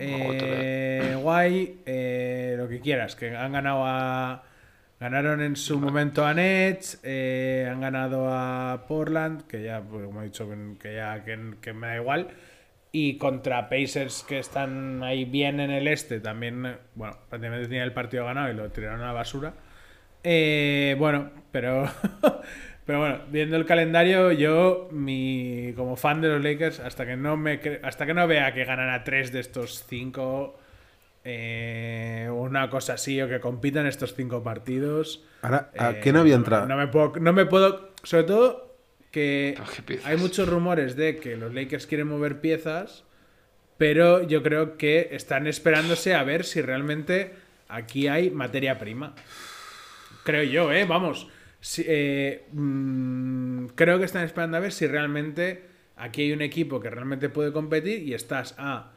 guay, lo que quieras, que han ganado ganaron en su momento a Nets, han ganado a Portland, que ya, pues, como he dicho, que me da igual. Y contra Pacers, que están ahí bien en el este, también, bueno, prácticamente tenían el partido ganado y lo tiraron a la basura. Bueno, pero bueno, viendo el calendario, yo, como fan de los Lakers, hasta que no vea que ganan a 3 de estos 5, una cosa así, o que compitan estos 5 partidos. Ahora, ¿a qué no había entrado? No me puedo, sobre todo, que Pero qué piezas. hay muchos rumores de que los Lakers quieren mover piezas, pero yo creo que están esperándose a ver si realmente aquí hay materia prima. Creo yo, vamos. Creo que están esperando a ver si realmente aquí hay un equipo que realmente puede competir y estás a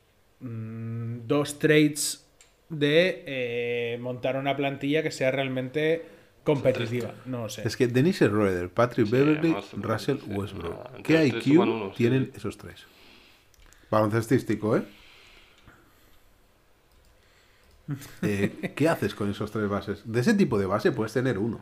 2 trades de montar una plantilla que sea realmente competitiva. No lo sé. Es que Dennis Schroeder, Patrick Beverly, además, Russell sí, Westbrook. nada, entre ¿Qué los tres suman IQ uno, sí. tienen esos tres? Baloncestístico, ¿Qué haces con esos 3 bases? De ese tipo de base puedes tener uno.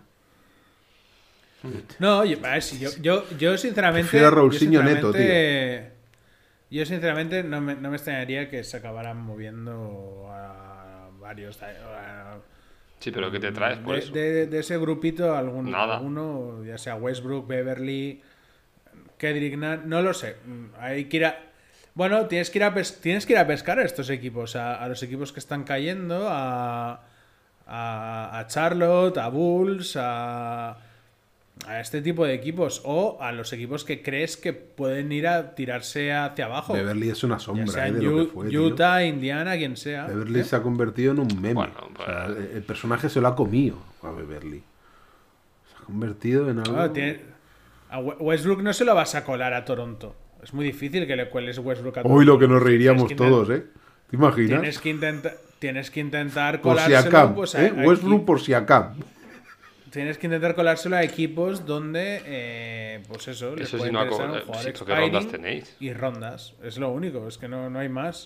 No, a ver, si yo sinceramente. Prefiero a Raulsinho neto, Yo sinceramente no me extrañaría que se acabaran moviendo a varios. Sí, pero ¿qué te traes por eso? De ese grupito, Nada. alguno, ya sea Westbrook, Beverly, Kendrick Nunn, no lo sé. Hay que ir a. Bueno, tienes que ir a pescar a estos equipos, a los equipos que están cayendo, a Charlotte, a Bulls, a este tipo de equipos, o a los equipos que crees que pueden ir a tirarse hacia abajo. Beverly es una Ya sombra sea de lo que fue. Tío. Utah, Indiana, quien sea. Beverly se ha convertido en un meme. Bueno, O sea, el personaje se lo ha comido a Beverly. Se ha convertido en algo. Claro, a Westbrook no se lo vas a colar a Toronto. Es muy difícil que le cueles Westbrook a Toronto. Hoy lo que nos reiríamos Tienes que todos, ¿Te imaginas? Tienes que intentar Por si colárselo. acá, Pues, Westbrook por si acá. tienes que intentar colárselo a equipos donde, pues eso, les Eso puede sí no ha interesar co- un sí, jugador ¿qué rondas expiring tenéis? y rondas. Es lo único, es que no hay más.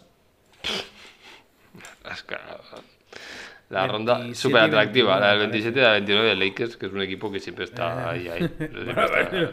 Es que la ronda 27 y súper atractiva, 29, la del me 27 y la del 29 de Lakers, que es un equipo que siempre está ahí. Siempre está-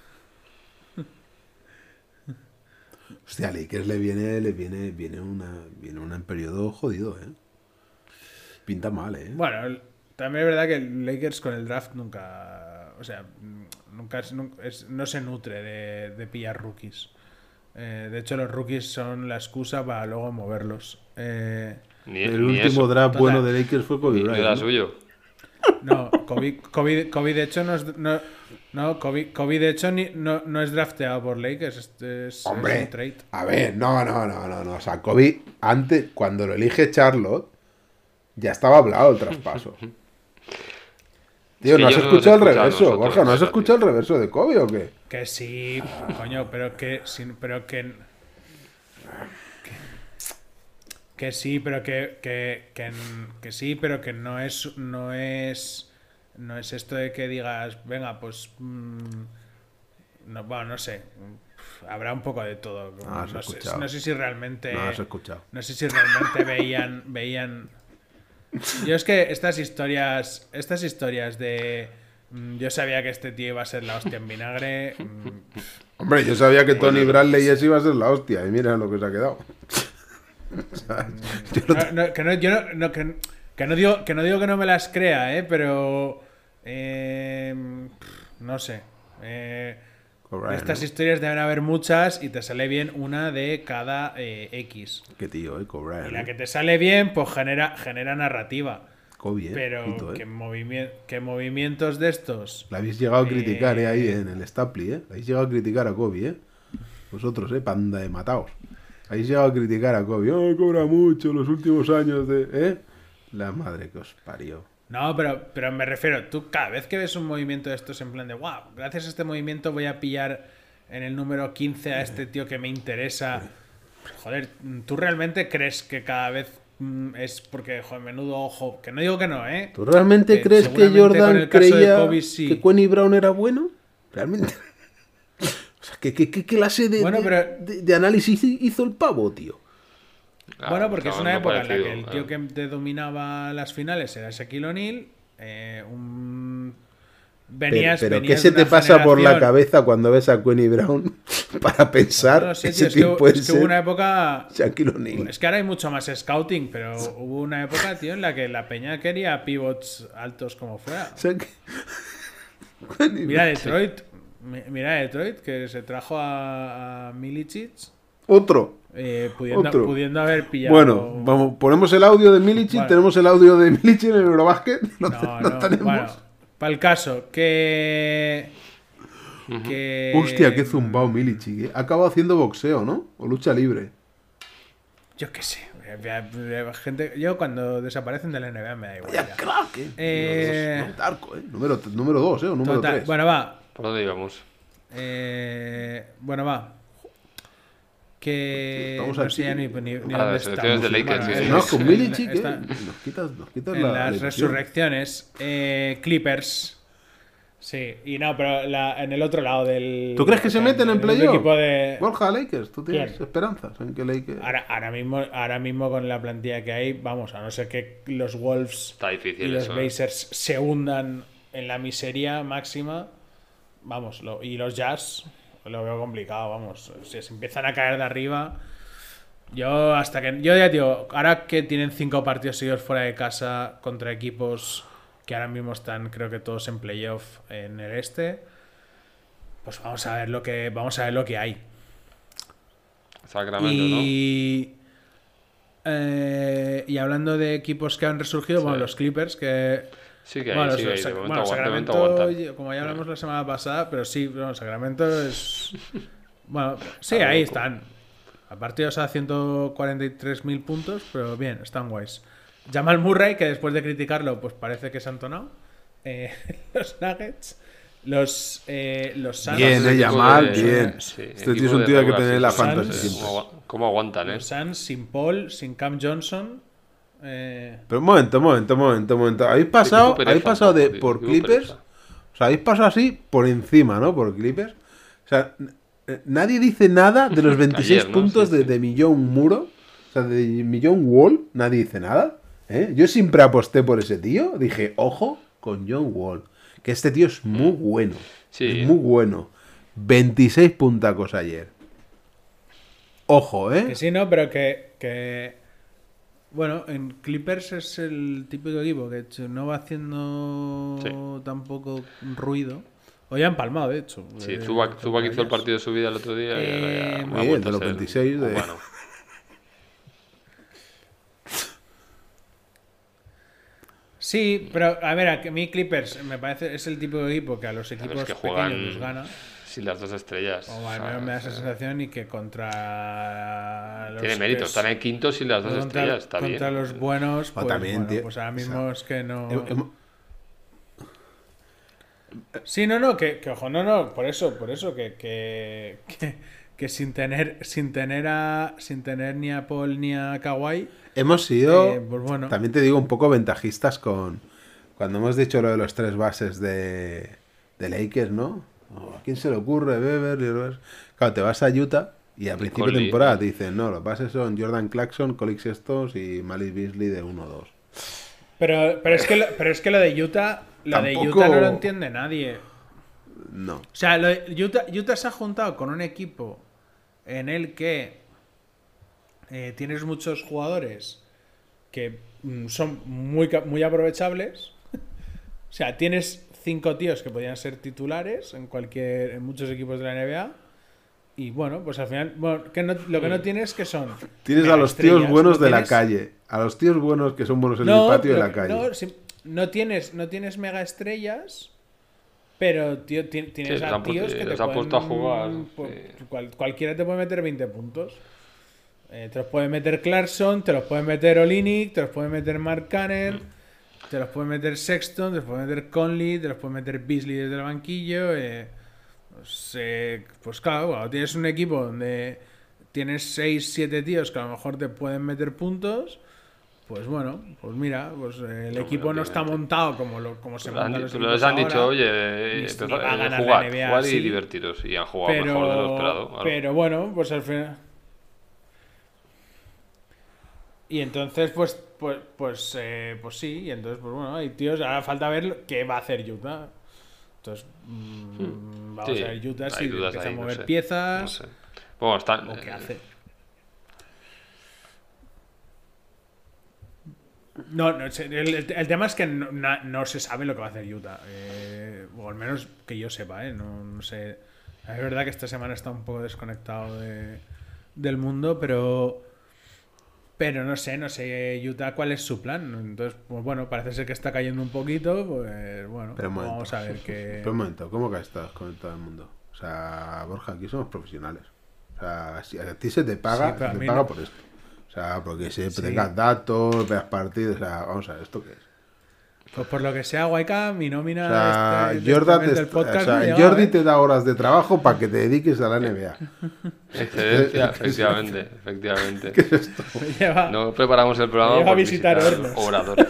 Hostia, a Lakers viene un periodo jodido, Pinta mal, Bueno, también es verdad que el Lakers con el draft nunca. O sea, no se nutre de pillar rookies. De hecho, los rookies son la excusa para luego moverlos. El ni último eso, draft Total. bueno de Lakers fue Kobe ni Bryant. era ¿no? suyo. No, Kobe de hecho Kobe de hecho no es drafteado por Lakers, es Hombre, un trade. a ver, no. O sea, Kobe, antes, cuando lo elige Charlotte, ya estaba hablado el traspaso. Tío, que ¿no has ellos no escuchado el nos escuchan a reverso, nosotros, Borja? ¿No has tío. escuchado el reverso de Kobe o qué? Que sí, coño, pero que sí, pero que sí, pero que no es esto de que digas, venga, pues no, bueno, no sé, habrá un poco de todo. No has escuchado. No sé si realmente No has escuchado. no sé si realmente veían. Yo es que estas historias de yo sabía que este tío iba a ser la hostia en vinagre. Hombre, yo sabía que Tony Bradley ese iba a ser la hostia y mira lo que se ha quedado. O sea, Que no digo que no me las crea, pero no sé. Kobe Bryant, Estas ¿no? historias deben haber muchas y te sale bien una de cada X. Qué tío, Kobe Bryant, Y la que te sale bien, pues genera narrativa. Kobe, Pero Ojito, que movimientos de estos. La habéis llegado a criticar, ahí en el Stapley, La habéis llegado a criticar a Kobe, Vosotros, panda de mataos. Habéis llegado a criticar a Kobe. Oh, cobra mucho los últimos años de... La madre que os parió. No, pero me refiero, tú cada vez que ves un movimiento de estos en plan de wow, gracias a este movimiento voy a pillar en el número 15 a este tío que me interesa. Joder, ¿tú realmente crees que cada vez es porque, joder, menudo ojo? Que no digo que no, ¿Tú realmente crees que seguramente con Jordan el caso de creía Kobe sí. que Quenny Brown era bueno? ¿Realmente? O sea, ¿qué clase Bueno, pero- de análisis hizo el pavo, tío? Claro, Bueno, porque es claro, una no época en la parecido, que el tío que te dominaba las finales era Shaquille O'Neal. Venías Pero ¿qué venías se de te una pasa por la generación- cabeza cuando ves a Quenny Brown para pensar No sé, tío, ese es que tipo puede es que hubo una ser época. Shaquille O'Neal? Es que ahora hay mucho más scouting, pero hubo una época, tío, en la que la peña quería pivots altos como fuera. O sea, Quenny Mira Brown- Detroit. Mira Detroit, que se trajo a Milicic, Otro. pudiendo, Otro. pudiendo haber pillado. Bueno, vamos, ponemos el audio de Milicic, Bueno. tenemos el audio de Milicic en el Eurobasket. No, Lo tenemos. Bueno, para el caso, que que... Hostia, qué zumbao Milici, ¿eh? Ha acabado haciendo boxeo, ¿no? O lucha libre. Yo qué sé. Gente, yo cuando desaparecen de la NBA me da igual. Vaya ya. crack, ¿eh? Darko, ¿eh? Número 2, ¿eh? O número Total, 3. bueno, va. ¿Por dónde íbamos? Bueno, va. Que Estamos no aquí. sé ya ni dónde las selecciones estamos. de Lakers, Bueno, sí. No, con Milici, ¿qué? está- Nos quitas en la las ilusión. resurrecciones. Clippers. Sí, y no, pero en el otro lado del... ¿Tú crees que se meten en el playoff? equipo de... Borja, Lakers, ¿tú tienes ¿Quién? esperanzas en que Lakers... Ahora mismo con la plantilla que hay, vamos, a no ser que los Wolves Está difícil y los eso, Blazers se hundan en la miseria máxima, vamos, y los Jazz lo veo complicado, vamos. Si se empiezan a caer de arriba, yo ya digo, ahora que tienen 5 partidos seguidos fuera de casa contra equipos que ahora mismo están, creo que todos en playoff en el este, pues vamos a ver lo que hay. Sacramento, Y hablando de equipos que han resurgido, bueno, los Clippers, que... ¿no? Sí que hay, Bueno, sí que hay. De momento Sacramento, aguantan. como ya hablamos la semana pasada, pero sí, bueno, Sacramento es... Bueno, sí, ahí están. A partidos a 143.000 puntos, pero bien, están guays. Jamal Murray, que después de criticarlo, pues parece que se ha entonado. Los Nuggets. Los Suns. Bien, Ese equipo Yamal, de- bien. sí, Este equipo tío es un de tío que regular tener en la season. fantasy Suns. siempre. ¿Cómo aguantan, eh? Los Suns sin Paul, sin Cam Johnson. Pero un momento. Habéis pasado pereza un poco, de tío, por equipo Clippers. pereza. O sea, habéis pasado así por encima, ¿no? Por Clippers. O sea, nadie dice nada de los 26 Ayer, ¿no? puntos Sí, sí. de Millón Muro. O sea, de Millón Wall. Nadie dice nada. ¿Eh? Yo siempre aposté por ese tío. Dije, ojo con John Wall. Que este tío es muy bueno. Sí. Es muy bueno. 26 puntacos ayer. Ojo, ¿eh? Que sí, no, pero que bueno, en Clippers es el típico equipo que no va haciendo Sí. tampoco ruido. Hoy ha empalmado, de hecho. Sí, Zubac hizo el partido de su vida el otro día. y ahora ya Muy ha bien, vuelto de a los ser 26 de- humano. Sí, pero a ver, a mí Clippers me parece es el tipo de equipo que a los Pero equipos es que pequeños juegan los gana. sin las dos estrellas. O o al sea, menos me da esa sensación y que contra los tiene que mérito, es- están en quinto sin las dos contra, estrellas. Está contra bien. los buenos, pues, también, bueno, tío, pues ahora o mismo sea, es que no. Hem- Sí, no, que ojo, no, por eso, que sin tener ni a Paul ni a Kawhi, Hemos sido, pues bueno. también te digo, un poco ventajistas con... Cuando hemos dicho lo de los 3 bases de Lakers, ¿no? Oh, ¿a quién se le ocurre? Beverly. Claro, te vas a Utah y a principio de Conley, temporada ¿no? te dicen, no, los bases son Jordan Clarkson, Colin Sexton y Malik Beasley de 1-2. Pero es que lo de Utah, Tampoco- no lo entiende nadie. No. O sea, Utah se ha juntado con un equipo en el que tienes muchos jugadores que son muy aprovechables. O sea, tienes 5 tíos que podrían ser titulares en muchos equipos de la NBA. Y bueno, pues al final, lo que no tienes que son. Tienes a los tíos megaestrellas, buenos no de la tienes- calle. A los tíos buenos que son buenos en el patio de la calle. No tienes mega estrellas, pero tío, tienes Sí, a tíos que te los ha puesto a jugar, pues, sí. cualquiera te puede meter 20 puntos. Te los puede meter Clarkson, te los puede meter Olynyk, te los puede meter Mark Cannon, te los puede meter Sexton, te los puede meter Conley, te los puede meter Beasley desde el banquillo. Pues claro, cuando tienes un equipo donde tienes 6-7 tíos que a lo mejor te pueden meter puntos, pues bueno, pues mira, pues el No, equipo no está obviamente. montado como se montan los equipos Les han dicho, ahora, oye, ni empezad va a a ganar jugar, la NBA jugar y así. divertiros. Y han jugado mejor de lo esperado. Claro. pero bueno, pues al final. Y entonces, pues sí, y entonces, pues bueno, hay tíos, ahora falta ver qué va a hacer Utah. Entonces, vamos Sí, a ver Utah hay si dudas empieza ahí, a no mover sé, piezas no sé. Bueno, están, o qué hace. No, el tema es que no se sabe lo que va a hacer Utah. O al menos que yo sepa, no sé. Es verdad que esta semana está un poco desconectado del mundo, pero no sé Utah cuál es su plan. Entonces, pues bueno, parece ser que está cayendo un poquito, pues bueno, Pero un momento. vamos a ver qué... Pero un momento, ¿cómo que estás con todo el mundo? sea, Borja, aquí somos profesionales. O sea, si a ti se te paga, Sí, pero a se te mí paga no. por esto. O sea, porque si Sí. tengas datos, veas partidos, o sea, vamos a ver, ¿esto qué es? Pues por lo que sea, Guayca, mi nómina O sea, de este Jordi mes del podcast me ha o sea, llegado, Jordi ¿eh? te da horas de trabajo para que te dediques a la NBA. Excedencia, efectivamente. ¿Qué es esto? Me lleva- No preparamos el programa Me lleva a por visitar hornos. oradores.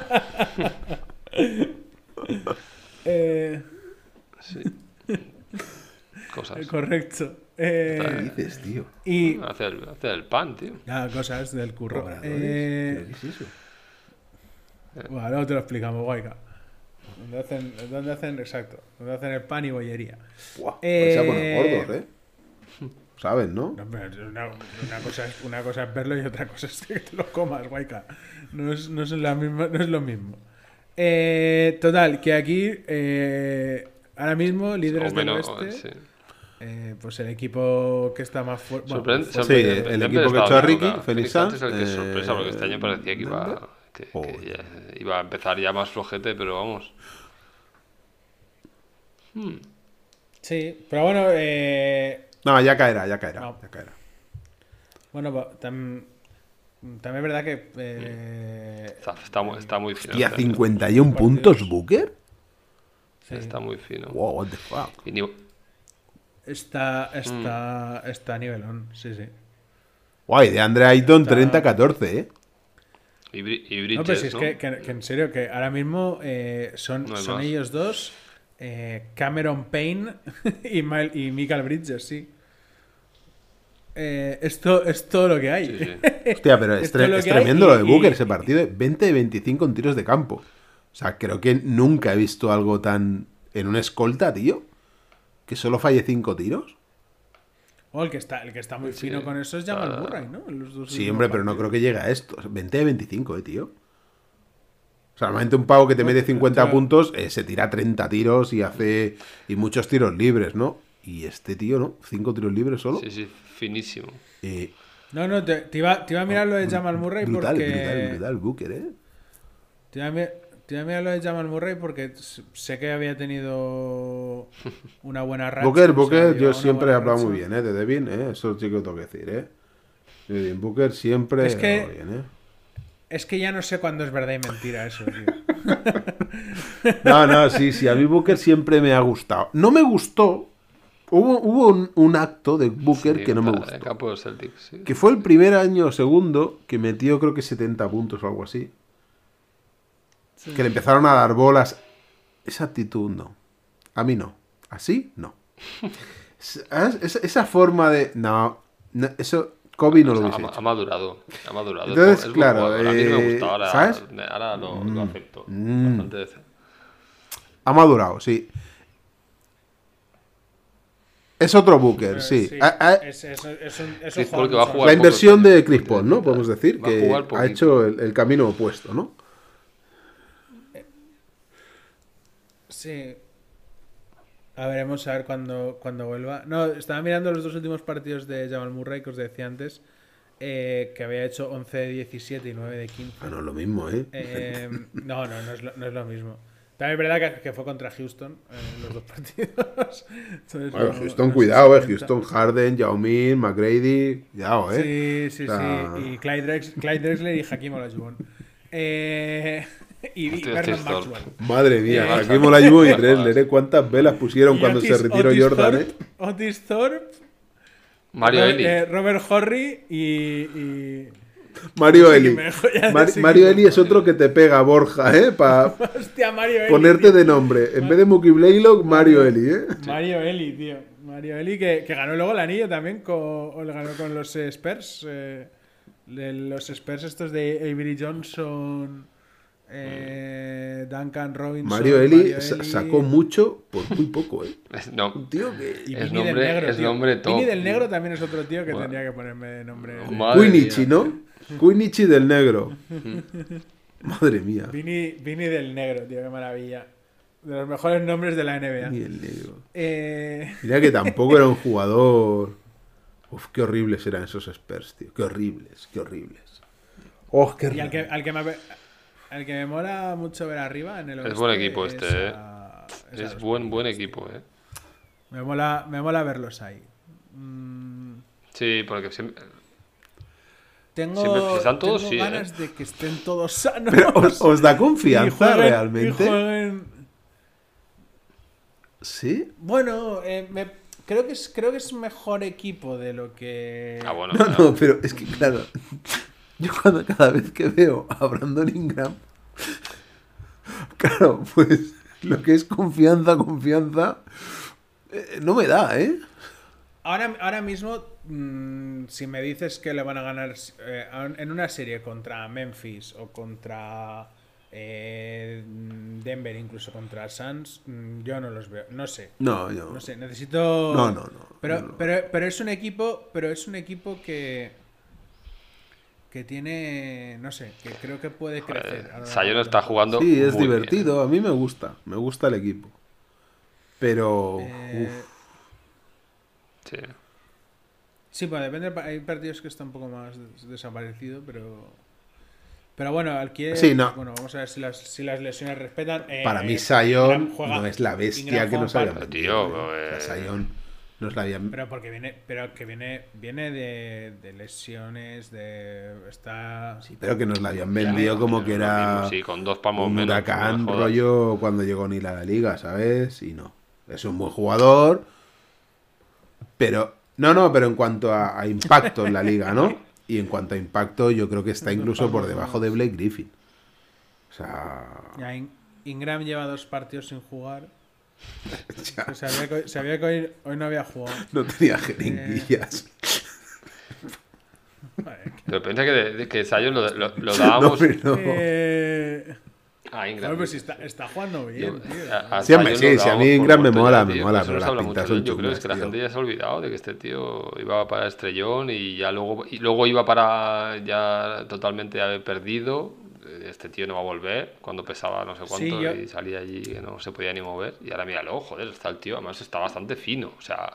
eh, Sí. Cosas. correcto. ¿Qué dices, tío? Y... Hacer el pan, tío. cosas del curro. Obradores. ¿Qué es eso? Bueno, luego te lo explicamos, Guayca. ¿Dónde hacen, exacto? ¿Dónde hacen el pan y bollería? Buah, vais a poner gordos, ¿eh? ¿Sabes, no? No, pero una cosa es verlo y otra cosa es que te lo comas, Guayca. No es lo mismo. Total, que aquí ahora mismo líderes O del menos, oeste, sí. pues el equipo que está más fuerte. Sí, el equipo que echó a Ricky, Phoenix Suns Suns, es el que es sorpresa, porque este año parecía que Denver. ya iba a empezar ya más flojete, pero vamos. Sí, pero bueno, No, ya caerá. No. bueno, también es verdad que Está muy fino. ¿Y a 51 puntos Booker? sí, Está muy fino. Wow, what the fuck. Y ni- está a nivelón, sí. Guay, de Andre Ayton Está- 30-14, ¿eh? y Bridges, No, pero si es ¿no? que en serio, que ahora mismo son No hay más. ellos dos, Cameron Payne y Michael Bridges, sí. Esto es todo lo que hay. Sí, sí. Hostia, pero es, Esto es lo es que hay tremendo lo de y- Booker, ese partido. 20 de 25 en tiros de campo. O sea, creo que nunca he visto algo tan... En una escolta, tío. Que solo falle 5 tiros. O el que está muy Sí, fino con eso es Jamal ah. Murray, ¿no? En los dos Sí, últimos hombre, pero no creo partidos. que llegue a esto. 20 de 25, tío. O sea, normalmente un pavo que te mete 50 claro. puntos se tira 30 tiros y hace... Y muchos tiros libres, ¿no? Y este tío, ¿no? 5 tiros libres solo. Sí, finísimo. Eh, No, te iba a mirar lo de Jamal Murray brutal, porque... brutal, Booker, ¿eh? Te iba a mirar lo de Jamal Murray porque sé que había tenido una buena racha. Booker, o sea, yo llevaba una siempre he buena hablado racha. muy bien, de Devin, eso sí que lo tengo que decir, Devin Booker siempre Es que- ha hablado bien, Es que ya no sé cuándo es verdad y mentira eso, tío. No, sí, a mí Booker siempre me ha gustado. No me gustó, hubo un acto de Booker Sí, que no me el gustó. campo de los Celtics, sí. Que fue el primer año o segundo que metió creo que 70 puntos o algo así. Que le empezaron a dar bolas. Esa actitud no. A mí no. Así no. Esa forma de... No, eso Kobe no lo hubiese hecho. Ha madurado. Entonces, Es buen claro, jugador. A mí no me gusta ahora. ¿sabes? Ahora lo acepto. Bastante decente. Ha madurado, sí. Es otro Booker, sí. Es un Chris jugador Paul que va a mucho jugar La poco inversión este año, de Chris Paul, ¿no? Podemos decir Va a que jugar ha poquito. hecho el camino opuesto, ¿no? Sí. A veremos a ver cuando vuelva. No, estaba mirando los dos últimos partidos de Jamal Murray que os decía antes. Que había hecho 11 de 17 y 9 de 15. Ah, no es lo mismo, ¿eh? No es lo mismo. También es verdad que fue contra Houston los dos partidos. Entonces, Bueno, no- Houston, no sé cuidado, si cuenta. Houston, Harden, Yao Ming, McGrady, cuidado, Sí, O sea, sí. Y Clyde Drexler y Hakeem Olajuwon. Y Hostia, Vernon Steve Thorpe. Maxwell. Madre mía, Barça. aquí Olajuwon y Drexler, ¿eh? ¿Cuántas velas pusieron Y cuando se retiró Otis Jordan, Thorpe, Otis Thorpe, Mario Eli. Robert Horry y Mario No sé Eli. qué me dejo ya de Mario seguir. Eli es otro que te pega, Borja, ¿eh? Para hostia, Mario Eli. ponerte tío. de nombre. En vez de Mookie Blaylock, Mario Eli, ¿eh? Mario Eli, tío. Mario Eli que ganó luego el anillo también o le ganó con los Spurs. Los Spurs estos de Avery Johnson, Duncan Robinson. Mario Eli sacó mucho por muy poco, ¿eh? No. Un tío que... Y Es Vinny del nombre- Negro, es tío. nombre top, Vinny del tío. Negro también es otro tío que Bueno. tendría que ponerme de nombre. Madre Kuinichi, mía. ¿no? Kuinichi del negro. Madre mía. Vinny del Negro, tío, qué maravilla. De los mejores nombres de la NBA. Ni el negro. Eh, Mira que tampoco era un jugador... Uf, qué horribles eran esos Spurs, tío. Qué horribles, qué horribles. Oh, qué y al horribles. que me mola mucho ver arriba en el Es oeste buen equipo este, es a- es a Es los buen Pelicans, equipo, tío. Me mola verlos ahí. Sí, porque siempre... Tengo, Siempre están todos, tengo sí, ganas de que estén todos sanos. Pero os da y confianza jueguen- realmente. y jueguen. ¿Sí? Bueno, creo que es mejor equipo de lo que. Ah, bueno, No, claro. no, pero es que claro. Yo cada vez que veo a Brandon Ingram, claro, pues lo que es confianza, no me da, ¿eh? Ahora mismo, si me dices que le van a ganar en una serie contra Memphis o contra Denver, incluso contra Suns, yo no los veo. No sé. No, yo. No sé, necesito. No. Pero, yo no. pero es un equipo. Pero es un equipo que tiene. No sé, que creo que puede crecer. a lo largo Zion de la está jugando Sí, es muy divertido. A mí me gusta el equipo. Pero. Eh, uf, Sí. Sí, pues depende. Hay partidos que está un poco más desaparecido, pero. Pero bueno, Alquier. Sí, no. Bueno, vamos a ver si las lesiones respetan. para mí, Ingram Zion juega- no es la bestia Ingram que nos juega habían par- vendido. Tío, ¿eh? O sea, Zion nos la habían. Pero porque viene de lesiones, está. Pero que nos la habían vendido como que Lo era mismo, sí, con 2 palmos un menos. huracán no me jodas. rollo cuando llegó Neil a la liga, ¿sabes? Y no. Es un buen jugador. Pero. No, pero en cuanto a impacto en la liga, ¿no? Y en cuanto a impacto, yo creo que está incluso por debajo de Blake Griffin. O sea. Ya, Ingram lleva 2 partidos sin jugar. ya Sabía que hoy no había jugado. no tenía jeringuillas. Vale. Pero piensa que Zion lo No, dábamos. pero. Ah, Ingram. Joder, pues está jugando bien, tío. Sí, hombre, Zion sí, lo sí, a mí dábamos por Ingram me muerto mola, ya, me tío. mola, Eso pero no se las habla pintas mucho de él. son Yo creo que es que la chungas, gente tío. ya se ha olvidado de que este tío iba para Estrellón y ya luego iba para ya totalmente perdido. Este tío no va a volver cuando pesaba no sé cuánto Sí, yo- y salía allí que no se podía ni mover. Y ahora míralo, joder, está el tío, además está bastante fino. O sea,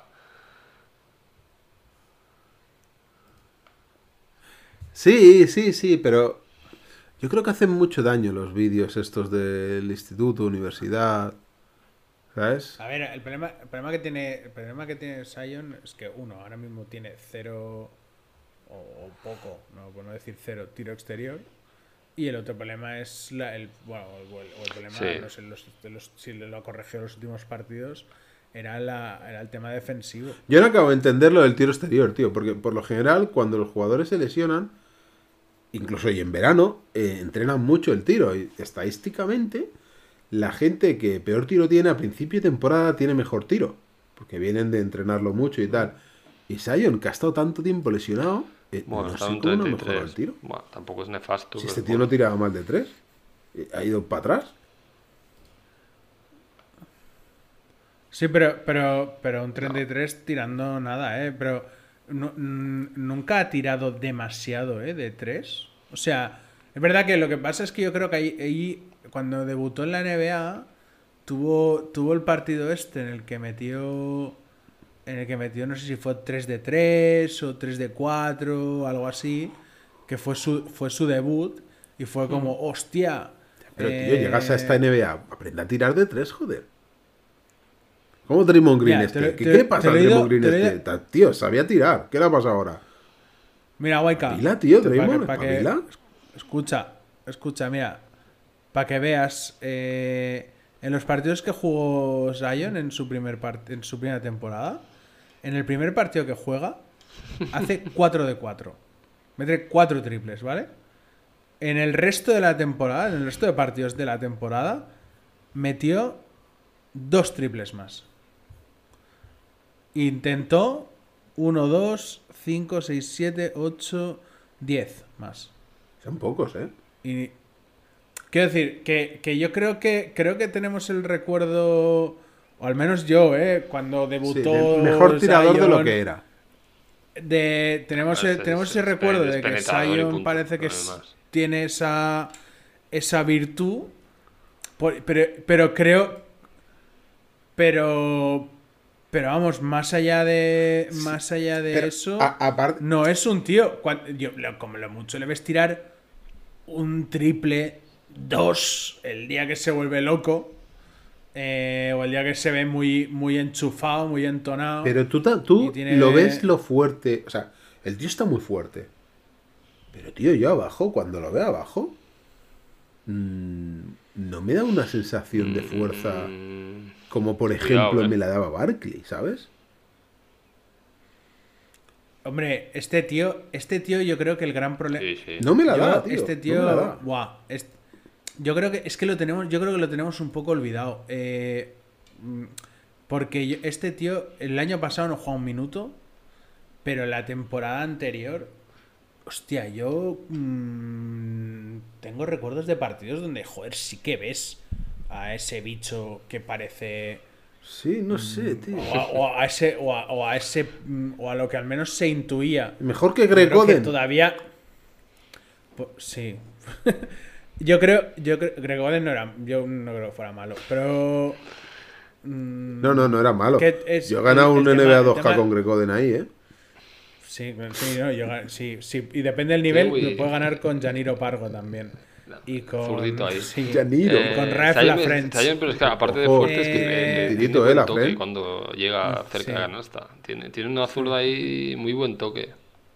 Sí, pero yo creo que hacen mucho daño los vídeos estos del instituto, universidad, ¿sabes? A ver, el problema que tiene Zion es que uno ahora mismo tiene 0 o poco, no por no decir 0 tiro exterior, y el otro problema es el problema, Sí. no sé, si lo corrigió en los últimos partidos, era el tema defensivo. Yo no acabo de entender lo del tiro exterior, tío, porque por lo general cuando los jugadores se lesionan, incluso y en verano, entrenan mucho el tiro. Y estadísticamente, la gente que peor tiro tiene a principio de temporada tiene mejor tiro, porque vienen de entrenarlo mucho y tal. Y Zion, que ha estado tanto tiempo lesionado, bueno, no está sé en cómo no 33. mejoró el tiro. Bueno, tampoco es nefasto. Si pero este tío bueno. no tiraba más de 3, ha ido para atrás. Sí, pero un 33 tirando nada, pero nunca ha tirado demasiado, de 3. O sea, es verdad que lo que pasa es que yo creo que ahí cuando debutó en la NBA, tuvo el partido este en el que metió, no sé si fue 3 de 3 o 3 de 4, algo así, que fue su debut y fue como, hostia. Pero tío, llegas a esta NBA, aprende a tirar de 3, joder. ¿Cómo Draymond Green Mira, este? ¿Qué le pasa a Draymond Green este? Tío, sabía tirar. ¿Qué le ha pasado ahora? Mira, Waika. Espabila, tío, Draymond, espabila. Escucha, mira. Para que veas, en los partidos que jugó Zion en su primera temporada, en el primer partido que juega, hace 4 de 4. Mete 4 triples, ¿vale? En el resto de la temporada, en el resto de partidos de la temporada, metió 2 triples más. Intentó 1, 2, 5, 6, 7, 8, 10 más. Son pocos, ¿eh? Y quiero decir que yo creo que tenemos el recuerdo, o al menos yo, cuando Sí, debutó de mejor tirador de lo Zion, que era. tenemos ese recuerdo de que despenetrador y Zion punto, parece que no hay más. tiene esa virtud, pero creo, pero vamos, más allá de Pero, eso, aparte, no es un tío. Como lo mucho le ves tirar un triple, 2 el día que se vuelve loco. O el día que se ve muy, muy enchufado, muy entonado. Pero tú Y tiene- lo ves lo fuerte. O sea, el tío está muy fuerte. Pero, tío, yo abajo, cuando lo veo abajo, no me da una sensación de fuerza como, por ejemplo, Cuidado, me la daba Barkley, ¿sabes? Hombre, este tío yo creo que el gran problema... Sí, sí. No me la Yo, da, tío. este no tío, me la da. buah, yo creo que es que lo tenemos, yo creo que lo tenemos un poco olvidado. Porque este tío el año pasado no jugó un minuto, pero la temporada anterior, hostia, yo tengo recuerdos de partidos donde, joder, sí que ves a ese bicho que parece... Sí, no sé, tío. O a ese o a lo que al menos se intuía. Mejor que Greg Creo que Oden. todavía. Sí. Yo creo. Greg Oden no era. Yo no creo que fuera malo. Pero. No era malo. Que es- Yo he ganado el un tema- NBA el 2K tema- con Greg Oden ahí, ¿eh? Sí, no, sí. Y depende del nivel, muy- lo puede ganar con Janiro Pargo también. Y con. Zurdito ahí. Sí. Janiro. con Raef Zion Lafrentz. pero es que aparte de Ojo. fuerte, es que tiene tirito, buen Lafrentz. toque cuando llega cerca de la canasta. Tiene una zurda ahí, muy buen toque.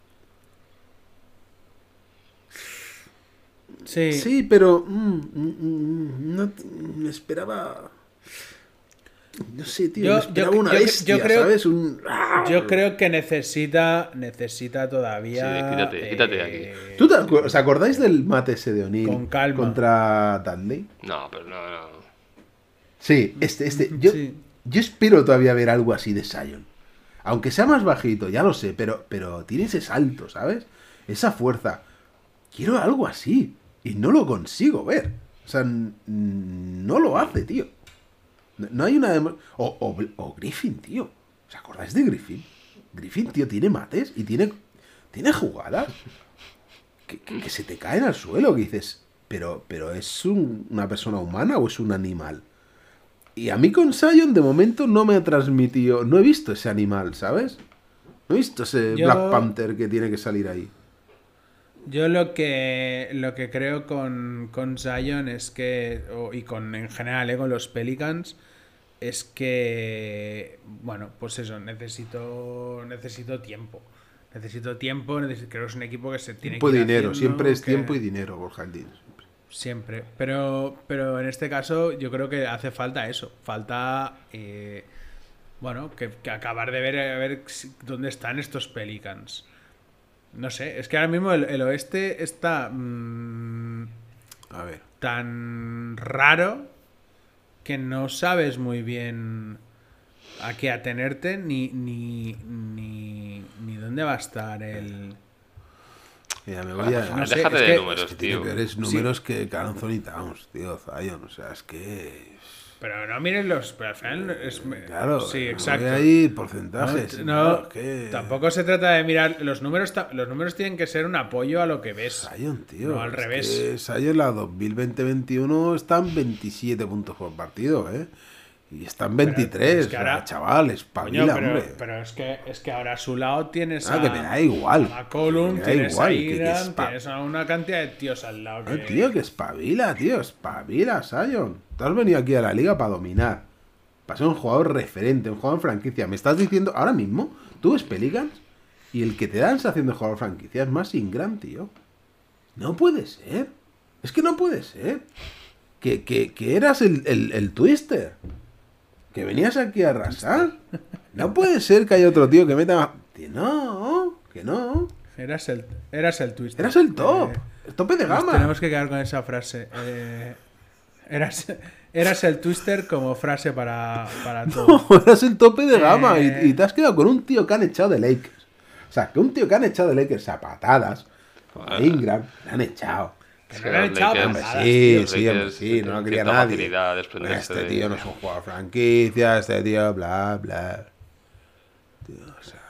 Sí. Sí, pero no, me esperaba. No sé, tío. Yo- me esperaba yo- una yo- yo bestia, creo- ¿sabes? Yo creo que necesita todavía. Sí, quítate de aquí. ¿Os acordáis del mate ese de O'Neal Con calma. contra Dudley? No, pero no. Sí, yo, Sí. yo espero todavía ver algo así de Zion. Aunque sea más bajito, ya lo sé, pero tiene ese salto, ¿sabes? Esa fuerza. Quiero algo así. Y no lo consigo ver. O sea, no lo hace, tío. No hay una... O Griffin, tío. ¿Os acordáis de Griffin? Griffin, tío, tiene mates y tiene jugadas que se te caen al suelo, que dices, pero ¿es una persona humana o es un animal? Y a mí con Zion de momento no me ha transmitido, no he visto ese animal, ¿sabes? No he visto ese Yo- Black Panther que tiene que salir ahí. Yo lo que creo con Zion es que, y con en general con los Pelicans, es que, bueno, pues eso, necesito tiempo. Necesito tiempo, creo que es un equipo que se tiene Tiempo y que ir dinero, haciendo, siempre es que- tiempo y dinero, Borja Aldín. Siempre. Pero en este caso yo creo que hace falta eso. Falta, bueno, que acabar de ver, a ver dónde están estos Pelicans. No sé, es que ahora mismo el oeste está A ver. tan raro que no sabes muy bien a qué atenerte ni dónde va a estar el... Mira, me voy a... No sé, Déjate es de que- números, Es que tiene tío. peores números que Anthony Towns, tío, Zion. O sea, es que... Pero no mires los... Pero al final es... Claro, sí, me exacto. voy ahí porcentajes. No, es que... tampoco se trata de mirar los números. Los números tienen que ser un apoyo a lo que ves. Zion, tío. No, al es revés. que Zion la 2020-21 están 27 puntos por partido, ¿eh? Y están 23. es que ahora- o sea, chaval, espabila, Coño, hombre. pero es que ahora a su lado tienes Ah, que me da igual. a McCollum, Me da tienes igual, a que Ingram, espa- tienes a una cantidad de tíos al lado. No, Que... tío, que espabila, Zion. Tú has venido aquí a la liga para dominar. Para ser un jugador referente, un jugador franquicia. Me estás diciendo, ahora mismo, tú ves Pelicans y el que te da la sensación de jugador franquicia es más Ingram, tío. No puede ser. Es que no puede ser. Que eras el Twister. Que venías aquí a arrasar. No puede ser que haya otro tío que meta más... Que no. Eras el Twister. Eras el top. El tope de Nos gama. tenemos que quedar con esa frase. Eras el Twister como frase para todo. No, eras el tope de gama y Eh. te has quedado con un tío que han echado de Lakers. O sea, que un tío que han echado de Lakers a patadas, a Ingram, le han echado. Que Es no le han los echado Lakers- Hombre, patadas, sí, los sí, Lakers sí, no lo quería cierta nadie. facilidad de Pero desprenderse este de- tío no es un jugador franquicia, este tío, bla, bla. Tío, o sea,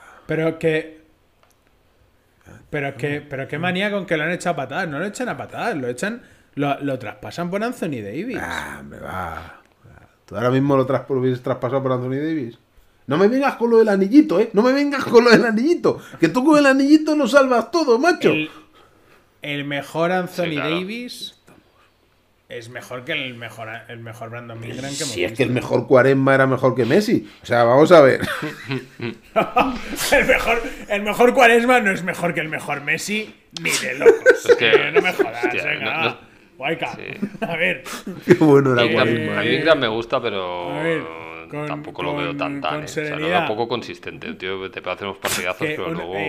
Pero qué manía con que lo han echado a patadas. No lo echan a patadas, lo traspasan por Anthony Davis. me va. Tú ahora mismo lo hubieses traspasado por Anthony Davis. No me vengas con lo del anillito, ¿eh? No me vengas con lo del anillito. Que tú con el anillito lo salvas todo, macho. El mejor Anthony Sí, claro. Davis. es mejor que el mejor Brandon Ingram que hemos Si es visto. que el mejor Quaresma era mejor que Messi. O sea, vamos a ver. el mejor Quaresma no es mejor que el mejor Messi, ni de locos. Es que- No me jodas, hostia, venga. no- Guayca. Sí. A ver. Qué bueno era Ingram- Quaresma. a mí Ingram me gusta, pero A ver, con- tampoco lo veo con- tan con O sea, lo serenidad. veo poco consistente. Tío, te puede hacer unos partidazos, Que pero un- luego...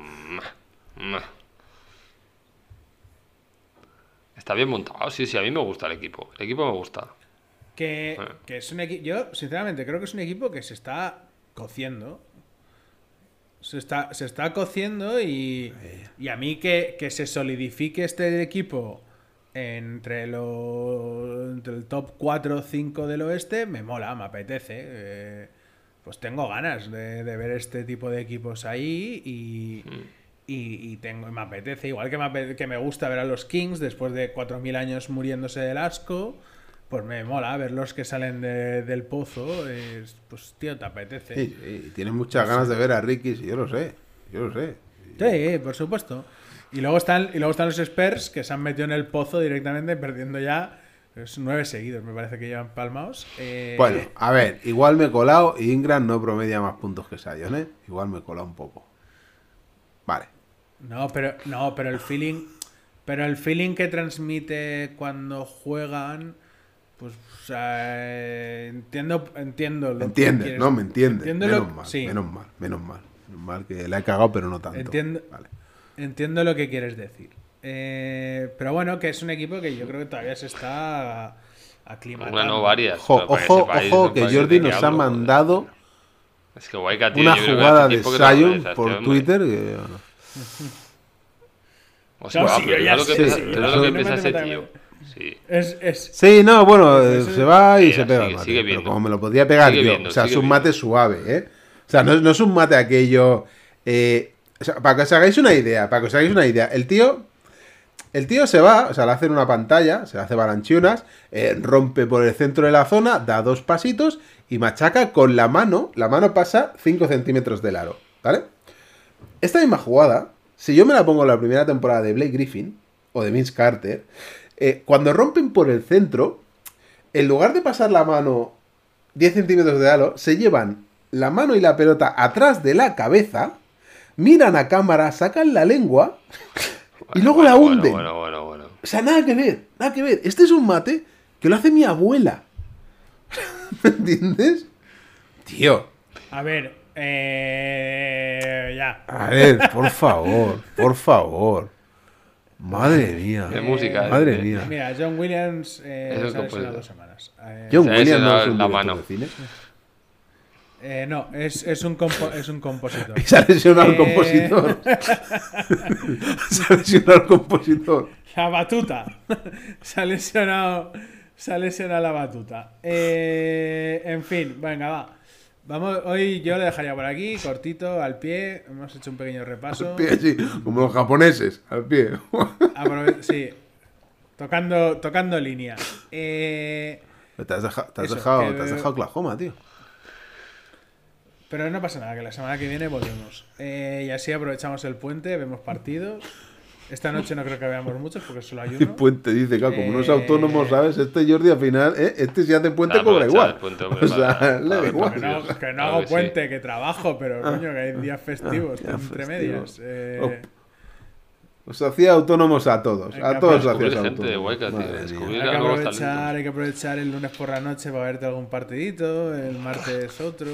Está bien montado. Sí, sí, a mí me gusta el equipo. El equipo me gusta. Que es un equipo. Yo, sinceramente, creo que es un equipo que se está cociendo. Se está cociendo y a mí que se solidifique este equipo entre el top 4 o 5 del oeste, me mola, me apetece. Pues tengo ganas de ver este tipo de equipos ahí y me apetece, igual que me gusta ver a los Kings después de 4.000 años muriéndose del asco, pues me mola ver los que salen del pozo, pues tío, te apetece. Sí, sí, tienes muchas ganas de ver a Ricky, sí, yo lo sé. Yo lo sé. Sí, por supuesto. Y luego están los Spurs que se han metido en el pozo directamente perdiendo ya 9 seguidos, me parece que llevan palmaos. Bueno, a ver, igual me he colado y Ingram no promedia más puntos que Sion, ¿eh? Igual me he colado un poco. Vale. No, pero el feeling que transmite cuando juegan, pues, o sea, entiendo lo que Entiendes, quieres- no me entiendes. entiendo Menos lo- mal, sí, menos mal. Menos mal que la he cagado, pero no tanto. Entiendo. Vale. entiendo lo que quieres decir. Pero bueno, que es un equipo que yo creo que todavía se está aclimatando. Una no varias. Ojo, Pero ojo, para ese país, ojo, un que país Jordi de nos ha diablo, mandado Es que Waika, tío, una yo creo que jugada hace de tiempo que no lo Sion ves a este por hombre. Twitter que... O sea, No, sí, pero yo ya es lo que sé, piensa- sí, pero yo es lo que no me piensa ese meto tío. también. Sí. Es Sí, no, bueno, Eso- se va y Mira, se pega sigue- el mate. sigue Pero viendo. como me lo podía pegar Sigue yo. viendo, O sea, es sigue un mate viendo. suave, ¿eh? O sea, no es un mate aquello... o sea, para que os hagáis una idea, el tío se va, o sea, le hacen una pantalla, se le hace balanchunas, rompe por el centro de la zona, da 2 pasitos y machaca con la mano pasa 5 centímetros del aro, ¿vale? Esta misma jugada, si yo me la pongo en la primera temporada de Blake Griffin o de Vince Carter, cuando rompen por el centro, en lugar de pasar la mano 10 centímetros de aro, se llevan la mano y la pelota atrás de la cabeza, miran a cámara, sacan la lengua y luego la hunden. Bueno. O sea, nada que ver, nada que ver. Este es un mate que lo hace mi abuela. ¿Me entiendes? Tío. A ver, ya. A ver, por favor. Madre mía. De música, Madre de- mía. Mira, John Williams se ha el lesionado compositor. 2 semanas. John Se ha Williams no lesionado es un la director mano. de cine. No, es un compositor. Y se ha lesionado el Eh, compositor. Se ha lesionado el compositor. La batuta. se ha lesionado la batuta. En fin, venga, va. Vamos, hoy yo le dejaría por aquí, cortito, al pie. Hemos hecho un pequeño repaso. Al pie, sí, como los japoneses, al pie. Sí, tocando línea. Te has Eso, dejado Oklahoma, tío. Pero no pasa nada, que la semana que viene volvemos. Y así aprovechamos el puente, vemos partidos. Esta noche no creo que veamos muchos porque solo hay El uno. puente dice, claro, como no es autónomo, ¿sabes? Este Jordi al final, este si hace puente Claro, cobra igual. aprovechar el puente, hombre, O sea, para- le da para- igual. Que no Claro hago que sí. puente, que trabajo, pero coño, que hay días festivos ya entre festivos. medias. Os hacía autónomos a todos. Venga, A todos pues, os hacías descubrir gente de autónomos. Hueca, tío, Madre mía. descubrir- Hay que, nuevos aprovechar, talentos. hay que aprovechar el lunes por la noche para verte algún partidito, el martes otro.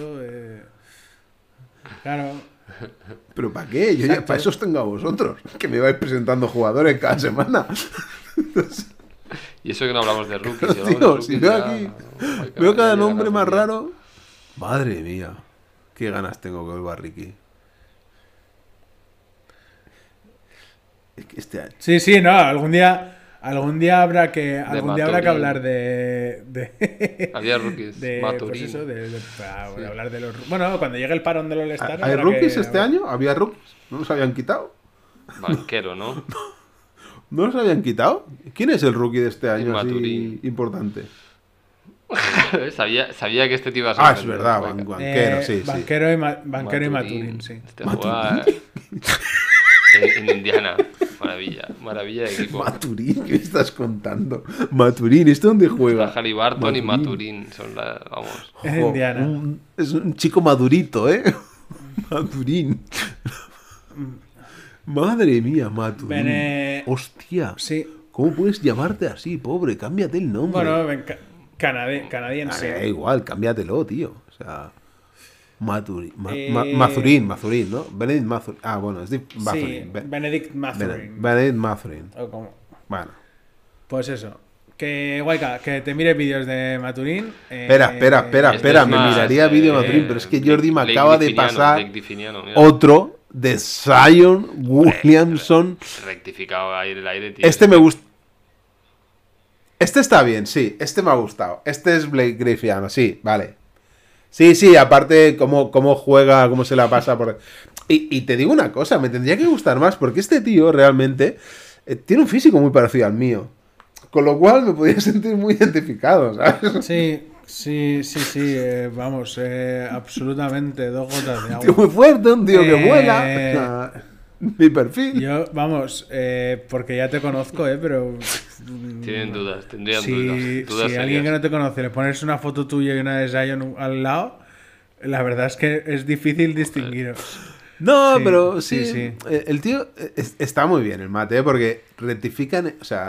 Claro. ¿Pero para qué? Yo ya Exacto. para eso os tengo a vosotros. Que me vais presentando jugadores cada semana. Y eso que no hablamos de rookies. Tío, si hablamos de si rookies veo ya- aquí, Hueca, veo ya cada llega nombre la más rookie. raro. Madre mía. Qué ganas tengo que vuelva Ricky. Es que este año. Sí, no, algún día habrá que Maturín. hablar de Había rookies. pues Maturín. eso, para hablar de los. Bueno, cuando llegue el parón del All-Star. ¿Hay habrá rookies que- este año? ¿Había rookies? ¿No los habían quitado? Banquero, ¿no? ¿No los habían quitado? ¿Quién es el rookie de este año así Maturín. importante? sabía que este tío iba a ser. Ah, es verdad, banquero, sí, sí. Banquero y Maturín, sí. Este juega en Indiana. Maravilloso. maravilla de equipo. Maturín, ¿qué me estás contando? Maturín, ¿esto dónde juega? Está Haliburton y Maturín. Son vamos. Es Indiana. Es un chico madurito, ¿eh? Maturín. Madre mía, Maturín. Hostia. Sí. ¿Cómo puedes llamarte así, pobre? Cámbiate el nombre. Bueno, canadiense. Da igual, cámbiatelo, tío. O sea... Maturín. Mazurín, ¿no? Benedict Mazurín. Ah, bueno, es Mazurín. Sí, Benedict Mazurín. Benedict Mazurín. O como... Bueno. Pues eso. Que, Guayca, que te mire vídeos de Maturín. Espera. Me miraría vídeo de Maturín, pero es que Jordi me acaba de pasar otro de Zion Williamson. Rectificado ahí en el aire, tío. Este me gusta. Este está bien, sí. Este me ha gustado. Este es Blake Griffin, sí, vale. Sí, aparte cómo juega, cómo se la pasa por... Y te digo una cosa, me tendría que gustar más, porque este tío realmente tiene un físico muy parecido al mío. Con lo cual me podría sentir muy identificado, ¿sabes? Sí, vamos, absolutamente, 2 gotas de agua. Un tío muy fuerte, un tío que vuela. Mi perfil. Yo, vamos, porque ya te conozco, pero... Tendrían dudas. Si alguien que no te conoce le pones una foto tuya y una de Zion al lado, la verdad es que es difícil distinguiros. No, Sí, pero sí, sí, sí. el tío está muy bien el mate, porque rectifica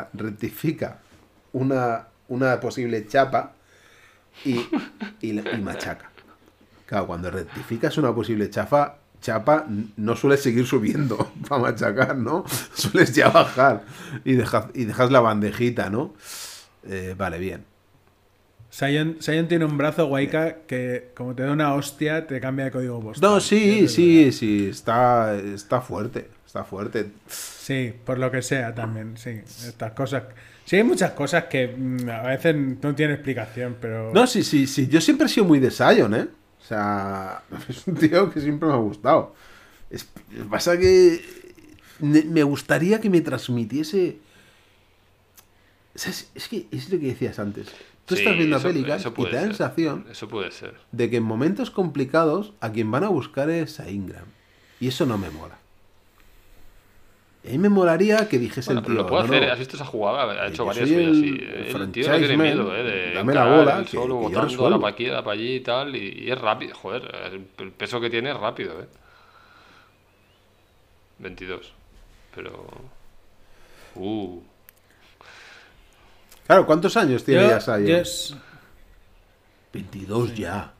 una posible chapa y machaca. Claro, cuando rectificas una posible chapa no sueles seguir subiendo para machacar, ¿no? Sueles ya bajar y dejas la bandejita, ¿no? Vale, bien. Zion tiene un brazo, Guayca, que como te da una hostia, te cambia de código postal. No, sí, está fuerte, Sí, por lo que sea también, sí. Estas cosas... Sí, hay muchas cosas que a veces no tienen explicación, pero... No, sí, yo siempre he sido muy de Zion, ¿eh? O sea, es un tío que siempre me ha gustado. Pasa que me gustaría que me transmitiese... ¿Sabes? Es que es lo que decías antes. Tú estás viendo películas y te da la sensación eso puede ser. de que en momentos complicados a quien van a buscar es a Ingram. Y eso no me mola. Y a mí me molaría que dijese el tío... Pero lo puede hacer, ¿has visto esa jugada? Ha hecho varias suyas así. El tío no tiene miedo, de dame la bola, el solo, que yo botando resuelvo. para aquí, para allí y tal, y es rápido, joder, el peso que tiene es rápido, 22. Pero... Claro, ¿cuántos años tiene ya Zion? 22 Sí. ya.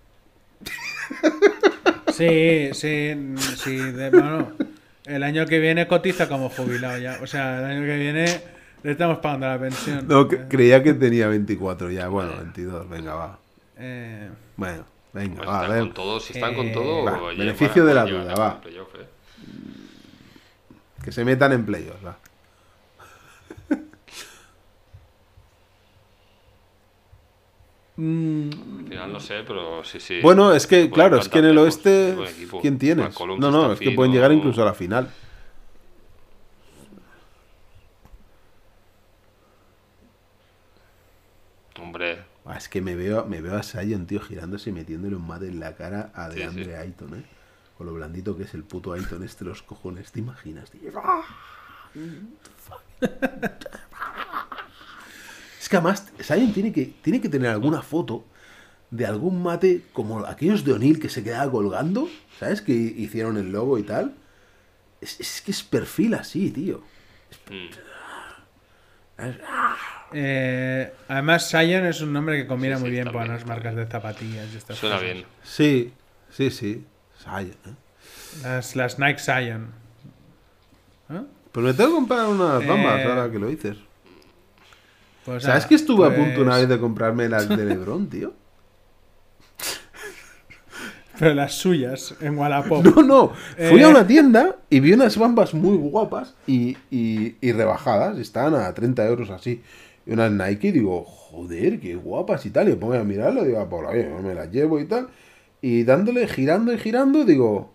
Sí, bueno, el año que viene cotiza como jubilado ya. O sea, el año que viene le estamos pagando la pensión. No, creía que tenía 24 ya. Bueno, 22, venga, va. Bueno, venga, Pues va, a están ver. con todo, si están con todo... va, oye, beneficio de la llegan duda, a va. playoff, Que se metan en playoffs, va. Al final no sé, pero sí. Bueno, es que, Pueden claro, es que en el cantar oeste, lejos, buen equipo. ¿quién tienes? McCollum No, está es que fino. pueden llegar incluso a la final. Hombre, Es que me veo a Zion, tío, girándose y metiéndole un mate en la cara a DeAndre Ayton, ¿eh? Con lo blandito que es el puto Ayton los cojones. ¿Te imaginas, tío? Es que además Zion tiene que tener alguna foto de algún mate como aquellos de O'Neal que se quedaba colgando, ¿sabes? Que hicieron el logo y tal. Es que es perfil así, tío. Además, Zion es un nombre que combina Sí, muy bien también, para las marcas también. de zapatillas y estas suena cosas. bien. Sí. Zion, ¿eh? Las Nike Zion. ¿Eh? Pues me tengo que comprar unas bambas Eh, ahora que lo dices. Pues ¿Sabes nada, que estuve a pues- punto una vez de comprarme las de LeBron, tío? Pero las suyas, en Wallapop. No. Fui a Eh. una tienda y vi unas bambas muy guapas y rebajadas. Estaban a 30 euros así. Y unas Nike y digo, joder, qué guapas y tal. Y me pongo a mirarlo y digo, por ahí, me las llevo y tal. Y dándole, girando y girando, digo,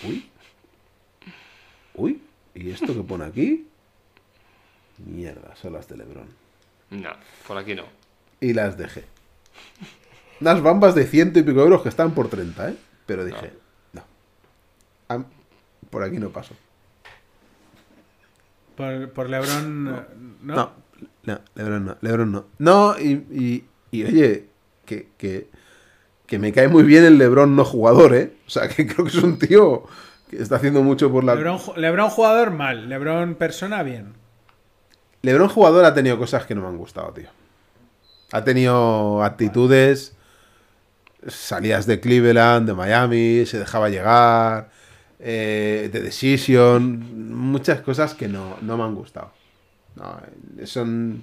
uy, ¿y esto que pone aquí? Mierda, son las de LeBron. No, por aquí no. Y las dejé. Unas bambas de 100 y pico euros que están por 30, ¿eh? Pero dije, no. Por aquí no paso. Por LeBron, ¿no? No, LeBron no. No, y oye, que me cae muy bien el LeBron no jugador, ¿eh? O sea, que creo que es un tío que está haciendo mucho por la... LeBron jugador mal, LeBron persona bien. LeBron jugador ha tenido cosas que no me han gustado, tío. Ha tenido actitudes, salidas de Cleveland, de Miami, se dejaba llegar, de Decision, muchas cosas que no me han gustado. No, son...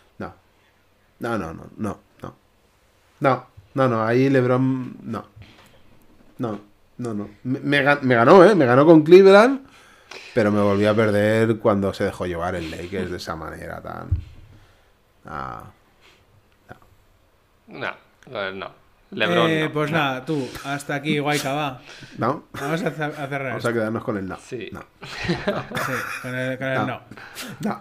No, ahí LeBron... No. Me ganó, ¿eh? Me ganó con Cleveland, pero me volví a perder cuando se dejó llevar el Lakers de esa manera tan... No. LeBron no. Pues nada, tú, hasta aquí, Guayca, va. ¿No? Vamos a cerrar. Vamos a quedarnos con el no. Sí. No. Sí, con el no. No.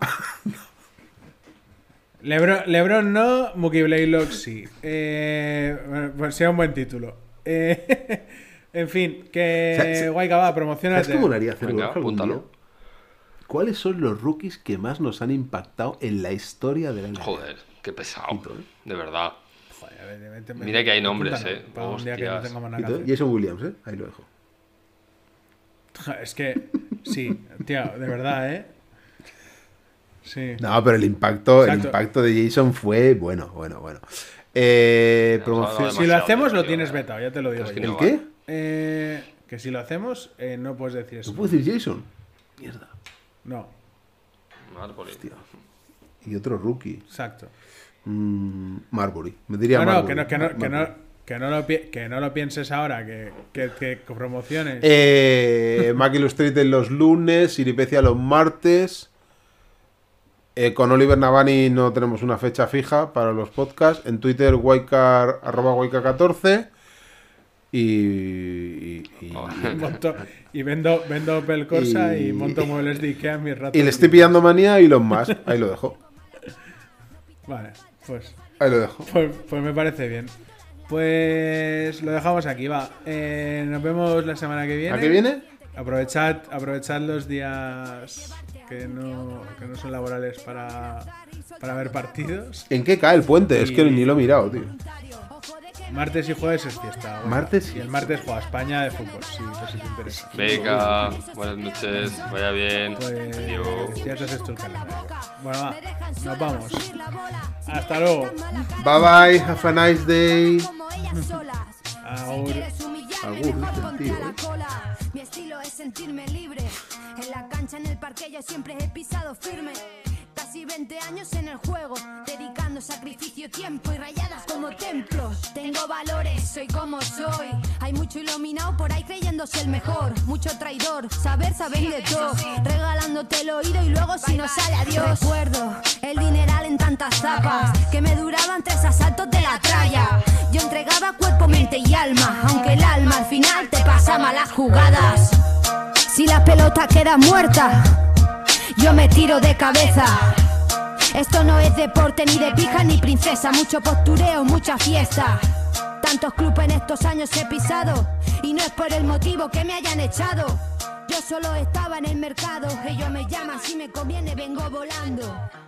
LeBron no, Mookie Blaylock sí. Bueno, pues sea un buen título. En fin, que Guayca va, promocionate. ¿Sabes cómo lo haría hacer Venga, algún apúntalo. día? ¿Cuáles son los rookies que más nos han impactado en la historia de la NBA? Joder, qué pesado. Ojito, ¿eh? De verdad. Joder, Mira que hay nombres, apúntalo, para un día que no Hostias. tengo más nada que Ojito, hacer. Jason Williams, ¿eh? Ahí lo dejo. Es que, sí, tío, de verdad, ¿eh? Sí. No, pero el impacto Exacto. de Jason fue bueno. hablado Promoción. Si lo demasiado hacemos, de lo tío, tienes vetado, ya te lo digo. Es que yo. ¿El no qué? Que si lo hacemos, no puedes decir eso. ¿No puedo decir Jason? Mierda. No, Marbury. Hostia. Y otro rookie. exacto. Marbury. Me diría No, Marbury. que no lo pienses ahora, que promociones. Mac Illustrated los lunes, Iripecia los martes. Con Oliver Navani no tenemos una fecha fija para los podcasts. En Twitter, Waicar, @Waicar14. Y Vendo Opel Corsa y monto muebles de Ikea en mis ratos. le estoy pillando manía y los más. Ahí lo dejo. Vale, pues Ahí lo dejo. pues me parece bien. Pues lo dejamos aquí, va. Nos vemos la semana que viene. ¿A qué viene? Aprovechad los días que no son laborales para ver partidos. ¿En qué cae el puente? Es que ni lo he mirado, tío. Martes y jueves es fiesta. Bueno, Martes y el martes juega España de fútbol, si te interesa. Venga, buenas noches, vaya bien. Pues Adiós. ya te has hecho el calendario. Bueno, va, nos vamos. Hasta luego. Bye bye, have a nice day. Agur. Agur, dice el tío, Mi estilo es sentirme libre. En la cancha, en el parque, yo siempre he pisado firme. Casi 20 años en el juego, dedicando sacrificio, tiempo y rayadas como templos. Tengo valores, soy como soy. Hay mucho iluminado por ahí creyéndose el mejor. Mucho traidor, saben de todo. Regalándote el oído y luego si no sale adiós. Recuerdo el dineral en tantas zapas que me duraban 3 asaltos de la tralla. Yo entregaba cuerpo, mente y alma, aunque el alma al final te pasa malas jugadas. Si la pelota queda muerta, yo me tiro de cabeza. Esto no es deporte ni de pija ni princesa. Mucho postureo, mucha fiesta. Tantos clubes en estos años he pisado y no es por el motivo que me hayan echado. Yo solo estaba en el mercado. Ellos me llaman, si me conviene vengo volando.